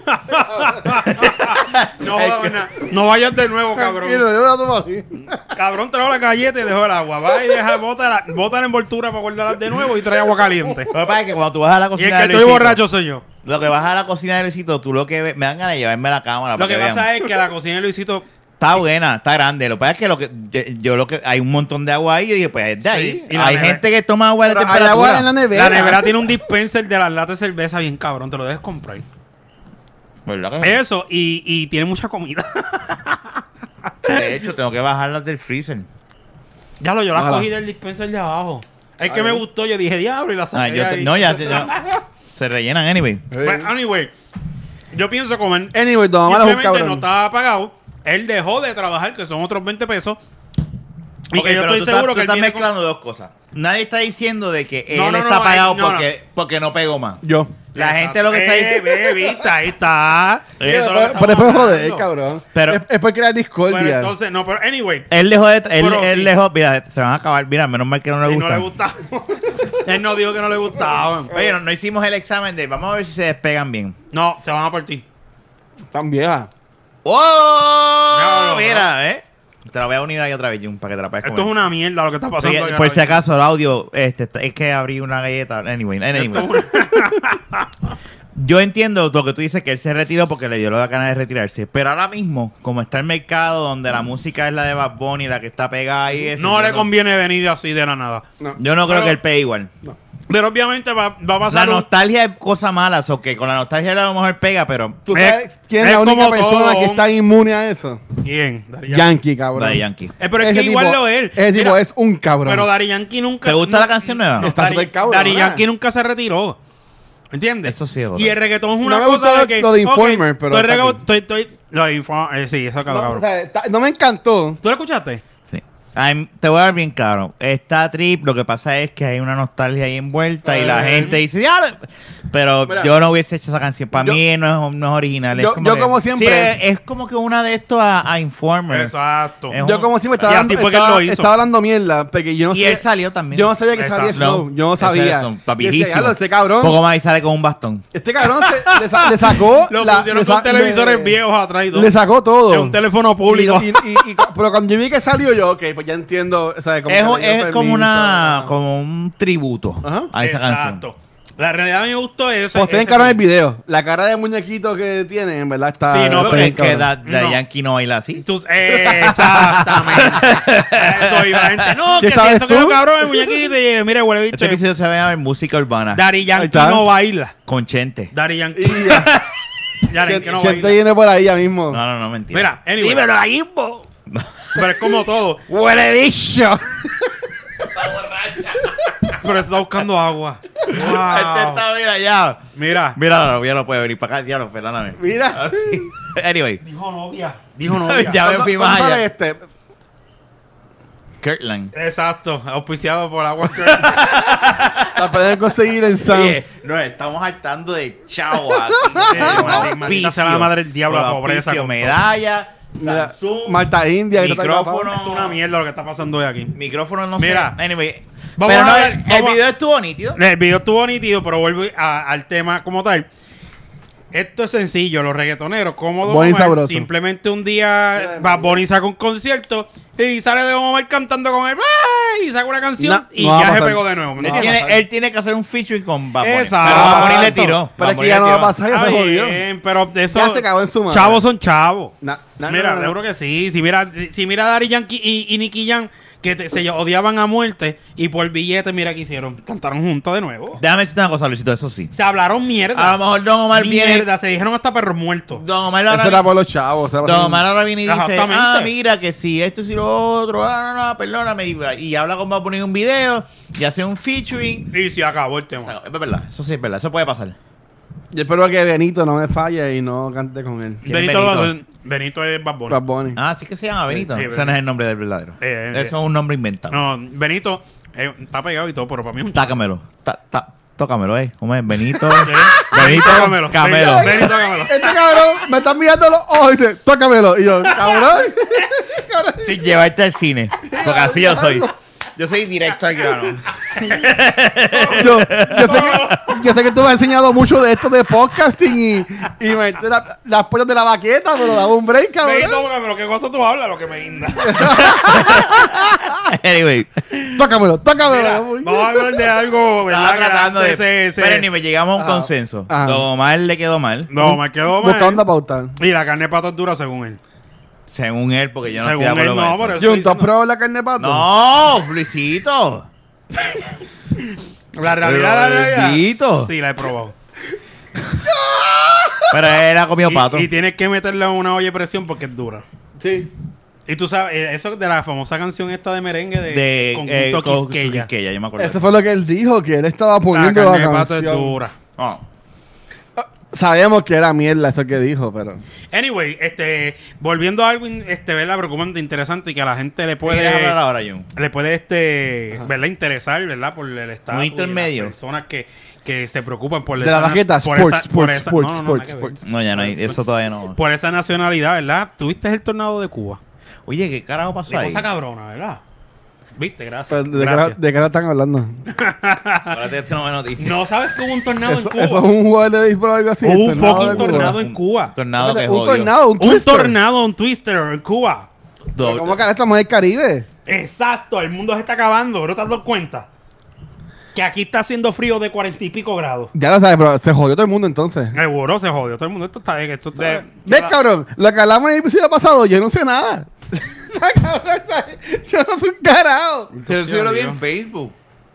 No, jodas, nada. No vayas de nuevo, cabrón.
Tranquilo, yo me la tomo así.
Cabrón, trajo la galleta y dejó el agua. Va y deja, bota la, bota la envoltura para guardarla de nuevo y trae agua caliente.
Lo que pasa es que cuando tú vas a la
Y el
cocina
que
de
estoy
Luisito,
borracho soy yo.
lo que vas a la cocina de Luisito, tú lo que ves, me dan ganas de llevarme la cámara.
Lo
para
que
que
pasa
vean.
es que la cocina de Luisito.
Está buena, está grande. Lo que pasa es que, lo que yo, yo lo que hay un montón de agua ahí y dije, pues es de ahí.
y la
Hay
nevera.
gente que toma agua de
Pero hay
temperatura.
agua en la nevera.
La nevera tiene un dispenser de las latas de cerveza bien cabrón. Te lo dejes comprar.
¿Verdad que sí?
Eso, y, y tiene mucha comida.
De hecho, tengo que bajarlas del freezer.
Ya lo, yo las
Ojalá.
cogí del dispenser de abajo. Es que
Ay.
me gustó. Yo dije, diablo, y la saqué
Ah, yo
de
te-
ahí.
no, ya, ya- se rellenan anyway.
But anyway, yo pienso comer.
Anyway, Don Omar es un
Simplemente no
cabrón.
estaba apagado. Él dejó de trabajar, que son otros veinte pesos. Y
Ok,
que yo
pero
estoy
tú
seguro
estás, tú
que él
estás
viene con-
mezclando dos cosas. Nadie está diciendo de que él
No, no, no,
está pagado
ahí- no,
porque, porque no pegó más.
Yo.
La gente lo que está
Eh,
diciendo...
ve, viste, ahí está.
Eh,
Eso es lo que
Pero
estamos
después joder,
hablando.
cabrón.
Pero-
es, es porque era discordia.
Bueno, entonces, no, pero anyway.
Él dejó de... Él,
Pero
él
sí.
dejó... Mira, se van a acabar. Mira, menos mal que no le
Y no
gusta.
le gustaba. Él no dijo que no le gustaban.
Oye, no, no hicimos el examen de... Vamos a ver si se despegan bien.
No, se van a partir.
Tan vieja.
¡Oh!
No, no,
Mira, ¿eh? Te la voy a unir ahí otra vez, Jun, para que te la puedas
Esto es
comer.
una mierda lo que está pasando.
Sí,
ahí
por
ahora
si
mismo.
acaso el audio, este, es que abrí una galleta. Anyway, anyway.
Esto es una-
Yo entiendo lo que tú dices, que él se retiró porque le dio la gana de retirarse. Pero ahora mismo, como está el mercado donde la música es la de Bad Bunny, la que está pegada y eso.
No
yo
le conviene venir así de la nada.
No.
Yo no creo
Pero-
que él pegue igual.
No.
Pero obviamente va, va a
La
pasar... un-
nostalgia es cosa mala, o que con la nostalgia a lo mejor pega, pero...
¿Tú
Es-
sabes quién es,
es
la única
como
persona
todo.
que está inmune a eso?
¿Quién? Daddy Yankee.
Yankee, cabrón.
Daddy Yankee.
Eh, pero es
Ese
que igual
tipo-
lo es él.
Ese tipo
Mira,
es un cabrón.
Pero Daddy Yankee nunca...
¿Te gusta
no-
la canción nueva?
no,
Está
Daddy-
súper cabrón,
Daddy
¿verdad?
Yankee nunca se retiró. ¿Entiendes?
Eso sí es verdad.
Y el reggaetón es una
No me
cosa
gustó
de que...
lo de
ok,
Informer, pero
Estoy,
está
rega-
cool.
estoy, estoy, lo de Informer, eh, sí, eso quedó
no,
cabrón.
o sea, está- no me encantó.
¿Tú lo escuchaste?
Sí. Ay, te voy a dar bien claro. Esta trip, lo que pasa es que hay una nostalgia ahí envuelta y la
Eh.
gente dice, ya, pero
Mira,
yo no hubiese hecho esa canción. Para
yo-
mí no es, no es original.
yo-
es como
yo
que-
como siempre-
Sí, es, es como que una de estos a, a Informer.
Exacto.
Es
Yo
un-
como siempre
Y
estaba,
así
hablando,
fue que él
estaba,
lo hizo.
estaba hablando mierda, porque yo no
Y
sé...
él salió también.
Yo no sabía que salía
Exacto.
Snow. Yo no
Ese
sabía.
es un
Yo decía,
papísimo.
"Diablo, este cabrón...
Poco más y sale con un bastón.
Este cabrón se- le, sa- le sacó...
Lo
la-
pusieron
le
con
sa-
televisores
le-
viejos atrás y todo.
Le sacó todo.
Es un teléfono público.
Y- y- y- y- pero cuando yo vi que salió yo, ok, pues ya entiendo. ¿Sabes? Como
Es,
que
un-
le dio
es como
permiso.
una como un tributo
Ajá.
a esa canción.
Exacto. La realidad a mí me gustó eso.
Pues tienen
ese-
que ver el video. La cara de muñequito que tiene, en verdad, está.
Sí, no,
está
Pero
bien
es que
cabrón.
da, da
No.
Yankee no baila así.
Tú- exactamente. Eso iba la gente. No,
¿Qué
que si
sabes
eso
tú?
quedó cabrón el muñequito. Y, mire, huele bicho.
Este episodio se ve a ver música urbana.
Daddy
Ahí
Yankee
está.
no baila.
Con Chente.
Daddy Yankee.
Y ya.
Yankee no
Chente
baila.
viene por ahí ya mismo.
No, no, no, mentira.
Mira, anyway.
Dímelo ahí, bo.
Pero es como todo.
Huele bicho.
Pero está buscando agua.
Este
Wow.
está, mira, ya.
Mira.
Mira, no, ya no puede venir para acá. Ya no, perdóname.
Mira.
Anyway.
Dijo novia. Dijo novia.
Ya me fui
¿Cómo
más
sale
allá.
este?
Kirtland.
Exacto. Auspiciado por agua.
La pueden conseguir en Sam's.
Oye, nos estamos hartando de chavo aquí.
Eh, maldita- maldita sea la madre del diablo, la pobreza,
Auspicio,
con
medalla,
Mira,
Samsung,
Marta India. que está
micrófono.
Esto es una mierda lo que está pasando hoy aquí.
Micrófono no
Mira.
sé. Anyway.
Vamos
pero
a
no,
ver,
el, el
vamos a-
video estuvo nítido.
El video estuvo nítido, pero vuelvo a- al tema como tal. Esto es sencillo, los reggaetoneros, cómodo.
Buen y sabroso.
Simplemente un día va Bonnie saca un concierto y sale de Omar cantando con él ¡ay! Y saca una canción
No,
y
no va a
ya se
pasar.
pegó de nuevo. ¿me
No
Él
va a
entiendes?
tiene, él tiene que hacer un featuring con Bad Bunny.
Exacto.
Pero Bad Bunny le tiró.
Pero
Bad
es que
Bunny
ya
le
no va a
tiró.
pasar, ya
Está
se jodió.
bien, pero de eso.
Ya se cagó en su madre.
Chavos son chavos.
Na- na-
Mira,
no, no, no.
seguro que sí. Si mira, si mira a Daddy Yankee y, y Nicky Jam, que te- se odiaban a muerte y por billetes, mira qué hicieron. Cantaron juntos de nuevo.
Déjame decirte una cosa, Luisito, eso sí.
Se hablaron mierda.
A lo mejor Don Omar viene.
Mierda, se dijeron hasta perros muertos.
Don Omar ahora
Eso era por los chavos. eso era por-
Don Omar ahora viene y dice,
Exactamente.
ah, mira, que si esto y si lo otro, ah, no, no, perdóname. Y, y habla con Bad Bunny en un video y hace un featuring.
Y se acabó el
O
tema.
sea, es verdad, eso sí es verdad, eso puede pasar.
Yo espero que Benito no me falle y no cante con él.
¿Quién es
Benito,
Benito?
Benito es Bad Bunny.
Bad Bunny.
Ah, sí que se llama Benito.
Sí,
Ese
Benito.
no es el nombre del verdadero.
Eh, eh,
eso es un nombre inventado.
No, Benito eh, está pegado y todo, pero para mí es un
Tácamelo. Ta- ta- tócamelo, eh. ¿Cómo es? Benito.
Benito,
Benito
tócamelo.
Camelo.
Benito, Benito, tócamelo.
Este cabrón me está mirando los ojos y dice, tócamelo. Y yo, cabrón. Cabrón.
Sin llevarte al cine. Porque así yo soy. Yo soy directo al grano.
yo, yo, sé que, yo sé que tú me has enseñado mucho de esto de podcasting y, y me metí la- las puertas de la baqueta, pero dame un break, cabrón.
Benito, tócamelo. ¿Qué cosa tú hablas? Lo que me guinda.
Anyway.
Tócamelo, tócamelo.
Mira, vamos a hablar de algo, ¿verdad?
Estaba
Que
tratando de...
se- se-
Pero ni me llegamos a un
Ah,
consenso.
ah.
Don Omar le quedó mal.
No, me quedó
Busca
mal.
onda pautar.
Y la carne de pato es dura según él.
Según él, porque yo no
Según
estoy de
él,
acuerdo
no,
con
pero
eso.
Jun, ¿tú has probado la carne de pato?
No, Luisito.
La realidad, la realidad.
Bendito.
Sí, la he probado.
Pero él ha comido pato.
Y, y tienes que meterla en una olla de presión porque es dura.
Sí.
Y tú sabes, eh, eso de la famosa canción esta de merengue de,
de eh,
Conjunto
con-
Quisqueya.
Quisqueya, yo me acuerdo.
Eso fue lo que él dijo, que él estaba
La
poniendo
carne
la,
de pato es
canción.
dura.
Oh.
Sabíamos que era mierda eso que dijo, pero...
Anyway, este, volviendo a algo, in- este, ¿verdad? Preocupante, interesante y que a la gente le
¿Puedes
puede,
hablar ahora, Jun?
le puede, este, ¿verdad? Interesar, ¿verdad? Por el estado.
Un
y
intermedio.
las personas que, que se preocupan por
De
esa
la baqueta,
na- por
sports,
esa- por
sports,
esa-
sports,
no, no, no,
sports,
nada que ver.
sports.
No, ya no hay. Eso todavía no.
Por esa nacionalidad, ¿verdad? ¿Tuviste el tornado de Cuba?
Oye, ¿qué carajo pasó
Qué
ahí?
cosa cabrona, ¿verdad? ¿Viste? Gracias.
Pero, ¿de, qué,
Gracias.
¿De qué hora están hablando?
Espérate, esto no me noticia.
No sabes que hubo un tornado
Eso,
en Cuba.
eso es un jugador de béisbol o algo así.
Hubo
el
un
tornado
fucking
de Cuba.
tornado en Cuba.
Tornado que
un
jodió.
tornado, un
Un
twister.
tornado, un twister en Cuba.
Pero ¿cómo que estamos en el Caribe?
Exacto, el mundo se está acabando, ¿no te has dado cuenta? Que aquí está haciendo frío de cuarenta y pico grados.
Ya lo sabes, pero se jodió todo el mundo entonces.
Seguro se jodió todo el mundo. Esto está... Esto está
De-
¿Ves, cabrón? Lo que hablamos en el episodio pasado, yo no sé nada. O sea, cabrón, ¿sabes? Yo no soy un carajo.
Pero eso yo lo vi en
Dios.
Facebook.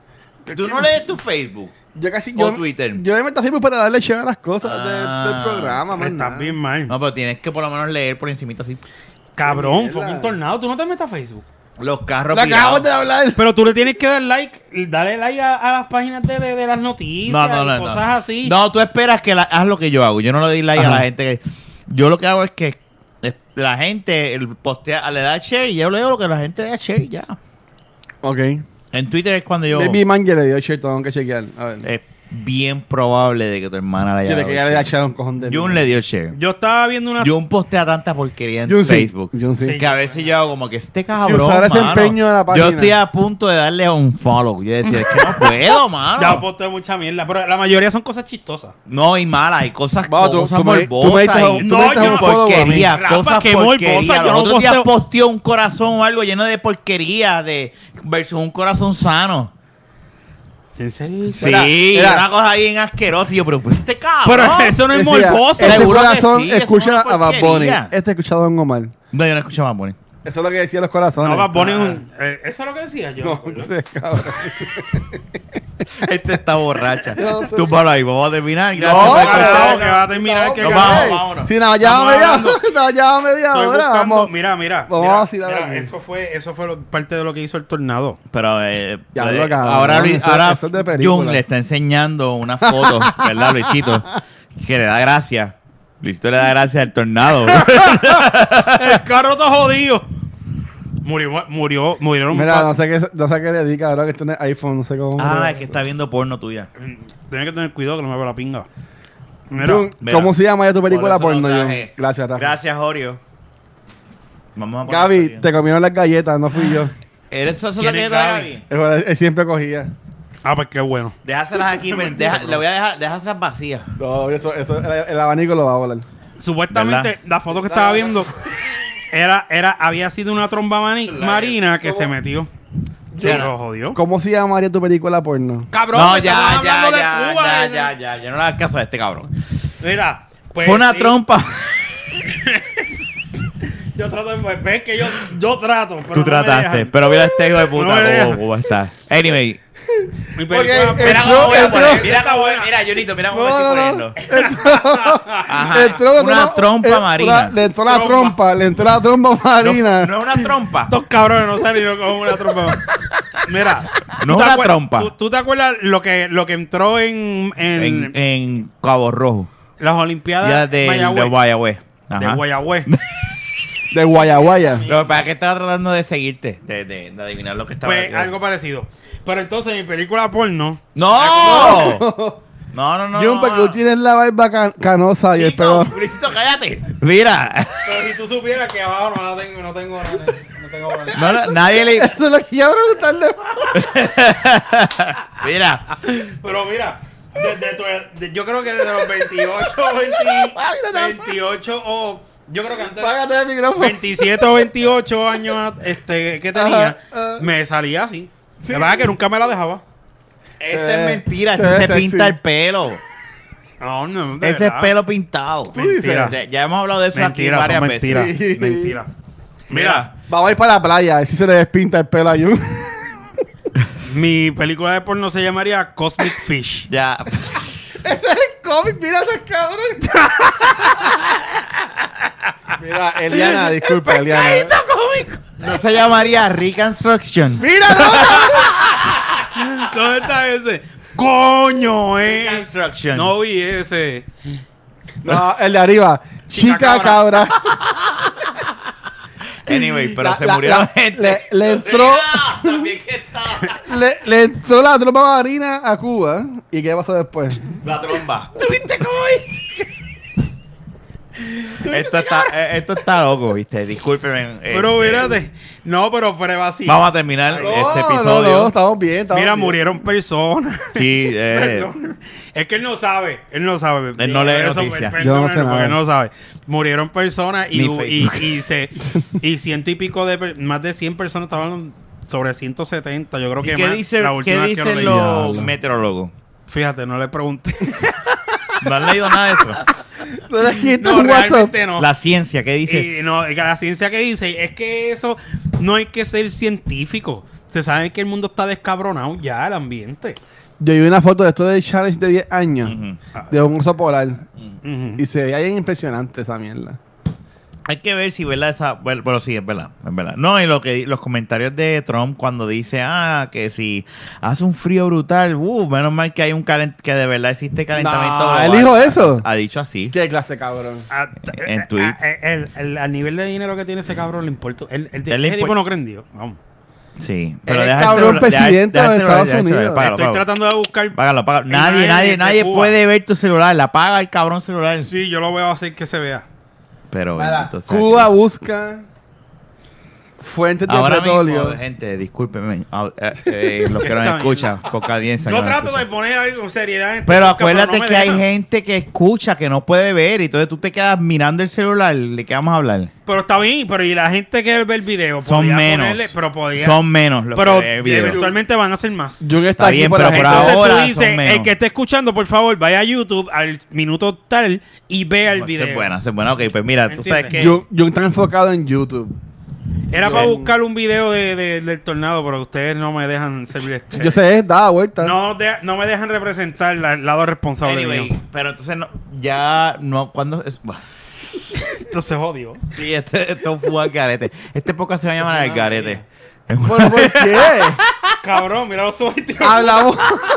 ¿Tú no lees tu Facebook?
Yo casi...
¿O
Yo,
Twitter?
Yo me meto así para darle share a las cosas
Ah.
de- del programa, man.
Estás bien mal.
No, pero tienes que por lo menos leer por encimita así.
Cabrón,
Mierda.
fucking tornado. Tú no te metas a Facebook.
Los carros
Lo acabamos
virados.
de hablar.
Pero tú le tienes que dar like, dale like a, a las páginas de, de, de las noticias
No, no,
y
no,
cosas
no.
así.
No, tú esperas que la, haz lo que yo hago. Yo no le doy like
Ajá.
a la gente que... Yo lo que hago es que eh, la gente el postea, le da share y yo leo lo que la gente le da share y ya.
Ok.
En Twitter es cuando yo...
Baby Manje le dio share, tengo que chequear. A ver.
Es bien probable de que tu hermana le
Sí,
haya
de
dado
que ya le da
share.
share a un cojón de...
Jun le dio share.
Yo estaba viendo una...
Jun postea tanta porquería en
Jun sí.
Facebook.
Jun sí.
Que a veces yo hago como que este cabrón,
usara ese
mano,
empeño de la página.
yo estoy a punto de darle un follow. Yo decía, es que no puedo, mano.
Ya posteo mucha mierda, pero la mayoría son cosas chistosas.
No, y malas, hay cosas,
Vamos, tú-
cosas
tú me- tú me
morbosas
diste-
y
tú
me diste un
follow a mí.
porquería,
Rafa,
cosas
qué
porquería.
morbosa, yo
Los
no
otros días
posteo-
posteó un corazón o algo lleno de porquería de versus un corazón sano.
¿En serio?
Sí,
Mira, mira.
una cosa bien asquerosa. Y yo, pero pues este cabrón.
Pero eso no es
Decía,
morboso.
Este
Seguro que
corazón
sí, eso es
escucha
una
a Bad Bunny.
porquería.
Este escucha a Don Omar.
No, yo no escucho más Bunny.
Eso es lo que decían los corazones.
No, Bad Bunny es un... eh, eso es lo que decía yo.
No, no sé, cabrón.
Este está borracha.
Yo no sé.
Tú para ahí, vamos a terminar.
No,
Gracias por
claro,
escuchar.
que va a terminar,
no,
que
no,
vamos,
no,
vámonos.
Sí, nada, ya
Estamos
media,
hablando.
no, ya media
Estoy
hora.
buscando...
Vamos.
Mira, mira.
Vamos
mira,
a vacilar
mira,
aquí.
eso fue, eso fue lo- parte de lo que hizo el tornado.
Pero eh,
Ya
eh,
lo cabrón,
ahora, Luis-
eso-
ahora
eso es de película.
Jun le está enseñando una foto, ¿verdad, Luisito? Que le da gracia. Luisito le da gracia al tornado.
El carro está jodido. Murió, murió, murieron.
Mira,
pa-
no sé qué, no sé qué le dedica ahora que tiene iPhone, no sé cómo.
ah, es que está viendo porno tuya.
Tienes que tener cuidado que no me vea la pinga. Mira,
Jun,
mira.
¿cómo se llama ya tu película
Por eso
porno,
lo
Jun?
traje.
Gracias, Rafa.
Gracias, Oreo. Vamos a poner
Gaby,
aquí.
te comieron las galletas, no fui yo.
¿Eres eso
¿Quién
lo que
es
da,
Gaby?
Gaby?
Él, él siempre cogía.
ah, pues qué bueno.
Déjaselas aquí, pero deja- le voy a dejar, déjaselas vacías.
No, eso, eso, el, el abanico lo va a volar.
Supuestamente,
¿Verdad?
la foto que estaba viendo era, era, había sido una tromba mani- marina que
¿Cómo?
se metió.
Sí,
Se
no.
lo jodió.
¿Cómo se llamaría tu película porno?
Cabrón,
No,
me
ya,
estaban
ya,
hablando de
ya,
Cuba,
ya,
eh.
ya, ya, ya no le hagas caso a este cabrón.
Mira, pues.
Fue una
sí,
trompa.
Yo trato de. Ves que yo, yo trato. Pero
Tú
no me
trataste,
dejan.
pero mira este hijo de puta
No me
cómo,
dejan.
cómo está. Anyway,
Mi película.
Ok,
mira
Entró-
cómo voy a
entró-
poner. Mira cómo voy, mira, Junito, mira cómo me estoy poniendo. Ajá,
Entró-
una
entró-
trompa
eh,
marina.
una- le entró la
Trompa.
trompa, le entró la trompa marina.
No es una trompa.
Estos cabrones no salieron con una trompa. Mira.
No
¿tú te
una
acuer-
trompa.
¿tú, tú te acuerdas lo que, lo que entró en, en,
En, en Cabo Rojo.
las Olimpiadas
Ya de, de
Mayagüez?
Guayagüez.
De
Ajá.
Guayagüez.
De Guayaguaya.
Lo que pasa es que estaba tratando de seguirte, de, de, de adivinar lo que estaba
Pues
aquí.
algo parecido. Pero entonces mi película porno.
¡No! No, no, no.
Jun,
no,
porque
no.
tú tienes la barba can- canosa y el
Chico,
pelo.
Luisito, cállate. Mira.
Pero si tú supieras que abajo no la tengo, no tengo, no tengo.
No, no, nadie le.
Eso es lo que iba a preguntarle.
Mira.
Pero mira, desde tu- de- yo creo que desde los veintiocho, veinte, veintiocho o yo creo que antes
Págate el micrófono.
veintisiete o veintiocho años este que tenía,
Ajá, ajá.
me salía así.
Sí.
La verdad que nunca me la dejaba.
Esta
Eh,
es mentira.
se
Este
ve
se
sexy.
pinta el pelo.
No, no, de
Ese es
verdad.
pelo pintado.
Tú dices.
Mentira.
Ya, ya hemos hablado de eso
Mentira,
aquí varias
son
veces.
mentiras.
Sí.
Mentira. Mira,
Vamos a ir para la playa, a ver si se le despinta el pelo a Jun.
mi película de porno se llamaría Cosmic Fish.
Ya.
Ese es el cómic, mira ese cabrón. Mira, Eliana, disculpa, Eliana.
No se llamaría Reconstruction.
Mira, no.
¿Dónde está ese? Coño, eh.
Reconstruction.
No vi ese.
No, el de arriba.
Chica
Chica, cabra.
Anyway, pero
La-
se
la-
murieron
la-
gente.
Le, le entró,
Ah, también que está.
le, le entró la tropa marina a Cuba. ¿Y qué pasó después?
La tromba.
¿Viste cómo hice?
Esto está, eh, esto está loco, viste. Discúlpeme.
Pero
este,
mírate. No, pero fuera así.
Vamos a terminar
No,
este
no,
episodio.
no, estamos bien. Estamos
Mira,
bien.
murieron personas.
Sí, eh,
Perdón. Es que él no sabe. Él no sabe.
Él no lee
Eso,
noticias.
perdón,
Yo no sé
porque
nada.
él no sabe. Murieron personas y,
Ni
hubo- y,
Facebook.
y, se, y ciento y pico de... per- Más de cien personas estaban sobre ciento setenta. Yo creo
¿y
que
qué,
más.
dice,
la
qué
última vez que lo
dicen
leí.
los
Diablo.
meteorólogos?
Fíjate, no le pregunté.
¿No han leído nada de eso?
No le quito
No,
un WhatsApp.
realmente no.
La ciencia, ¿qué dice?
Y no, y la ciencia que dice es que eso no hay que ser científico. Se sabe que el mundo está descabronado ya, el ambiente.
Yo vi una foto de esto de challenge de diez años
Ujú.
de un oso polar
Ujú.
y se veía bien impresionante esa mierda.
Hay que ver si verdad esa, bueno, pero sí es verdad, es verdad. No, y lo que los comentarios de Trump cuando dice, ah, que si hace un frío brutal, uh, menos mal que hay un calent que de verdad existe calentamiento.
No,
global.
¿él dijo eso?
Ha, ha dicho así.
Qué clase cabrón.
Ah,
En
eh,
tweet.
ah, eh, el, el, al nivel de dinero que tiene ese cabrón le importa. El, el,
Él le
ese
impor-
tipo no cree en Dios. Vamos.
Sí.
Él es
deja el
cabrón
celular-
presidente
deja-
de
deja el
Estados
celular, deja el celular,
Unidos.
págalo,
Estoy
págalo.
tratando de buscar.
Págalo, págalo. Nadie,
imagen
nadie,
de
nadie
Cuba.
puede ver tu celular. La apaga el cabrón celular.
Sí, yo lo voy a hacer que se vea.
Pero
Mira,
entonces,
Cuba busca fuentes de
ahora
petróleo.
mismo, gente, discúlpeme, ah, eh, eh, los que
¿Qué
nos
está
escuchan, poca audiencia.
Yo
que nos
trato
escucha.
de poner algo con seriedad. en este
Pero
podcast,
acuérdate
no me
que hay
dejan.
gente que escucha, que no puede ver, y entonces tú te quedas mirando el celular. ¿De qué vamos a hablar?
Pero está bien, pero y la gente que ve el video.
Son
podía
menos.
ponerle- pero podía.
Son menos los
pero
que ven el video.
eventualmente van a ser más.
Jun está
Está
aquí
bien,
por
pero
la
por
gente.
Entonces
ahora
tú
son
dices,
menos.
el que esté escuchando, por favor, vaya a YouTube al minuto tal y vea el
Esa
video.
es buena, esa es buena. Ok, pues mira, tú sabes
¿Entiendes?
que...
Jun, Jun está enfocado en YouTube.
Era
Yo-
para buscar un video de, de- del tornado, pero ustedes no me dejan servir este.
Yo sé, da vuelta.
No, de- no me dejan representar la- el lado responsable
Anyway,
mío.
pero entonces no, ya no, cuando es...
Entonces odio.
Sí, este, esto fue al garete. Este podcast se va a llamar El Garete.
¿Pero por qué?
Cabrón, mira los ojos. tío.
Hablamos.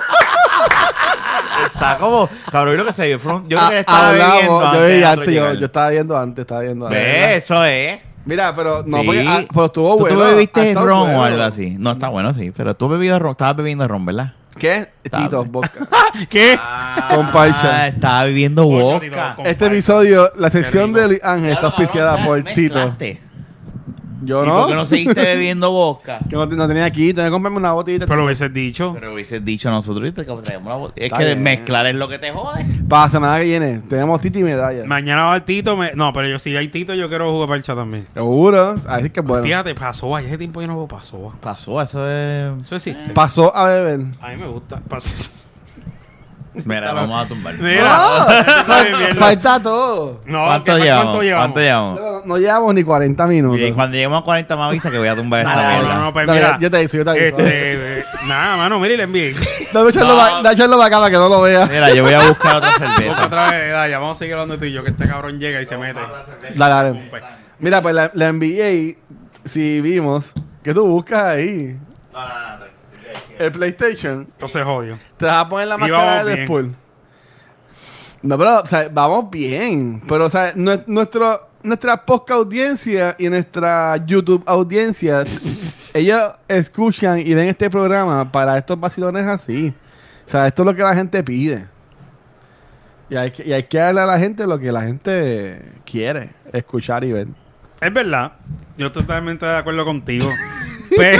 Está como... Cabrón, lo que se vio. fue un- Yo creo que
Ah,
estaba
hablamos.
viendo
Yo,
antes
vi
de
antes,
nosotros
yo,
llegar.
yo estaba viendo antes, estaba viendo antes.
Ve, eso es.
Mira, pero no,
Sí.
porque, ah, pero estuvo
¿Tú,
bueno.
tú
ha
bebiste
estado
ron
bueno.
o algo así? No, está bueno, sí. Pero tú bebido ron, estabas bebiendo ron, ¿verdad?
¿Qué?
Está
Tito,
bien.
vodka.
¿Qué?
Con Paisha.
Ah, estaba bebiendo
Ocho, Tito,
vodka.
con-
Este episodio, la sección
rico.
de Luis Ángel está auspiciada por Tito.
Mezclaste.
Yo
¿Y
no.
por qué no seguiste bebiendo vodka?
Que no, no tenía aquí, tenía que comprarme una botellita.
Pero lo hubieses dicho.
Pero hubieses dicho a nosotros que traemos una botella. Es
Está
que
bien.
mezclar es lo que te jode.
Para la semana que viene, tenemos Tito y medalla.
Mañana va el Tito. me- No, pero yo si hay Tito, yo quiero jugar para el chat también.
Seguro. Así que bueno.
Fíjate, pasó. Hace tiempo yo no veo pasó.
Pasó, eso es...
Eso existe.
Pasó a beber.
A mí me gusta. Pasó.
Mira, vamos a tumbar.
Mira.
No,
Está bien, mierda.
falta todo.
No,
¿Cuánto
¿qué-
llevamos?
¿cuánto llevamos?
¿Cuánto llevamos?
No, no llevamos ni cuarenta minutos.
Y cuando lleguemos a cuarenta me avisa que voy a tumbar esta
No,
mierda.
no, no, pues
Dale,
mira.
yo te aviso, yo te aviso.
Este, eh, nada, mano, mira y le envié.
Dame echarlo
No.
pa- dame echarlo para acá para que no lo vea.
Mira, yo voy a buscar otra
Busca
cerveza.
otra vez, dale, ya vamos a seguir hablando de tú y yo, que este cabrón llega y se mete.
Dale, dale. Mira, pues la, la N B A, si vimos, ¿qué tú buscas ahí?
No, no, no.
El PlayStation.
Entonces odio.
Te vas a poner la
Y
máscara
vamos
de
bien.
Deadpool. No, pero, o sea, vamos bien. Pero, o sea, nue- nuestro, nuestra podcast audiencia y nuestra YouTube audiencia, ellos escuchan y ven este programa para estos vacilones así. O sea, esto es lo que la gente pide. Y hay que, y hay que darle a la gente lo que la gente quiere escuchar y ver.
Es verdad. Yo totalmente de acuerdo contigo. Pe-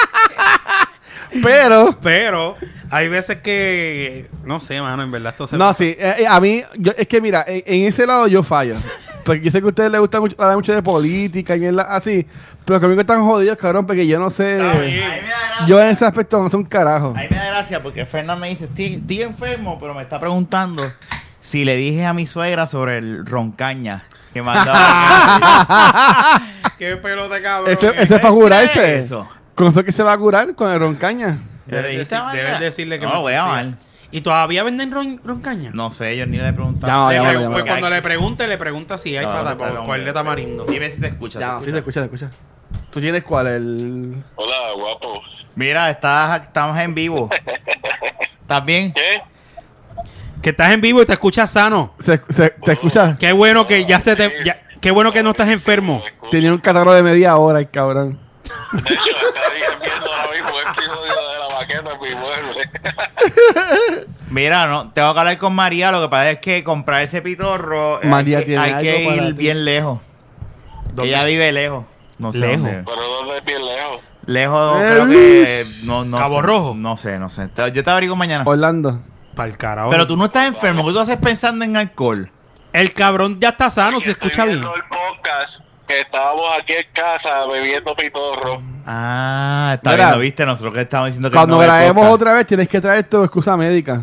Pero,
pero hay veces que no sé, mano, en verdad esto se
no, sí, eh, eh, a mí, yo, es que mira, en, en ese lado yo fallo. Porque yo sé que a ustedes les gusta mucho, hablar mucho de política y mierda así. Pero conmigo están jodidos, cabrón, porque yo no sé.
Está bien.
Ahí me da gracia.
Yo en ese aspecto no sé un carajo.
Ahí me da gracia porque Fernán me dice, estoy, estoy enfermo, pero me está preguntando si le dije a mi suegra sobre el roncaña que mandaba.
Qué pelota, cabrón.
Ese,
Eh,
ese es para
¿Qué
curarse.
es eso?
¿Con eso que se va a curar? Con el roncaña.
¿Le
Debes,
dijiste
decir-
a María?
debes decirle que
No,
me
voy a
consiga.
mal.
¿Y todavía venden ron, roncaña?
No sé, yo ni le he preguntado.
Llámalo,
Le
llámalo,
pre-
llámalo.
pues cuando le pregunte, le pregunta si hay
No,
para
no, no, no,
cuál de
no.
tamarindo.
Dime si te escuchas.
Ya,
¿te
sí, se
escuchas?
escucha, se escucha. ¿Tú tienes cuál? El...
Hola, guapo.
Mira, estás, estamos en vivo. ¿Estás bien?
¿Qué?
Que estás en vivo y te escuchas sano.
Se, se- ¿Te escuchas?
Qué bueno que ya se te... ya- qué bueno que no estás enfermo.
Tenía un catálogo de media hora, el cabrón.
De hecho, está viendo ahora mismo un episodio de la maqueta en mi mueble.
Mira, no, tengo que hablar con María. Lo que pasa es que comprar ese pitorro. eh,
María
hay que,
tiene
hay que
algo para
ir
ti.
bien lejos.
¿Dónde?
Ella vive lejos. No sé.
Lejos.
dónde.
Pero ¿dónde es bien lejos?
Lejos,
Eh,
creo que. No, no
Cabo
sé.
Rojo.
No sé, no sé. Te- Yo te abrigo mañana.
Orlando.
Para el carajo.
Pero tú no estás enfermo. ¿Qué tú haces pensando en alcohol?
El cabrón ya está sano, se
Estoy
escucha bien.
viendo el podcast que estábamos aquí en casa bebiendo pitorro.
Ah, está
Mira,
bien, ¿no viste? Nosotros que estábamos diciendo que
Cuando
no ve
grabemos
podcast.
otra vez, tienes que traer tu excusa médica.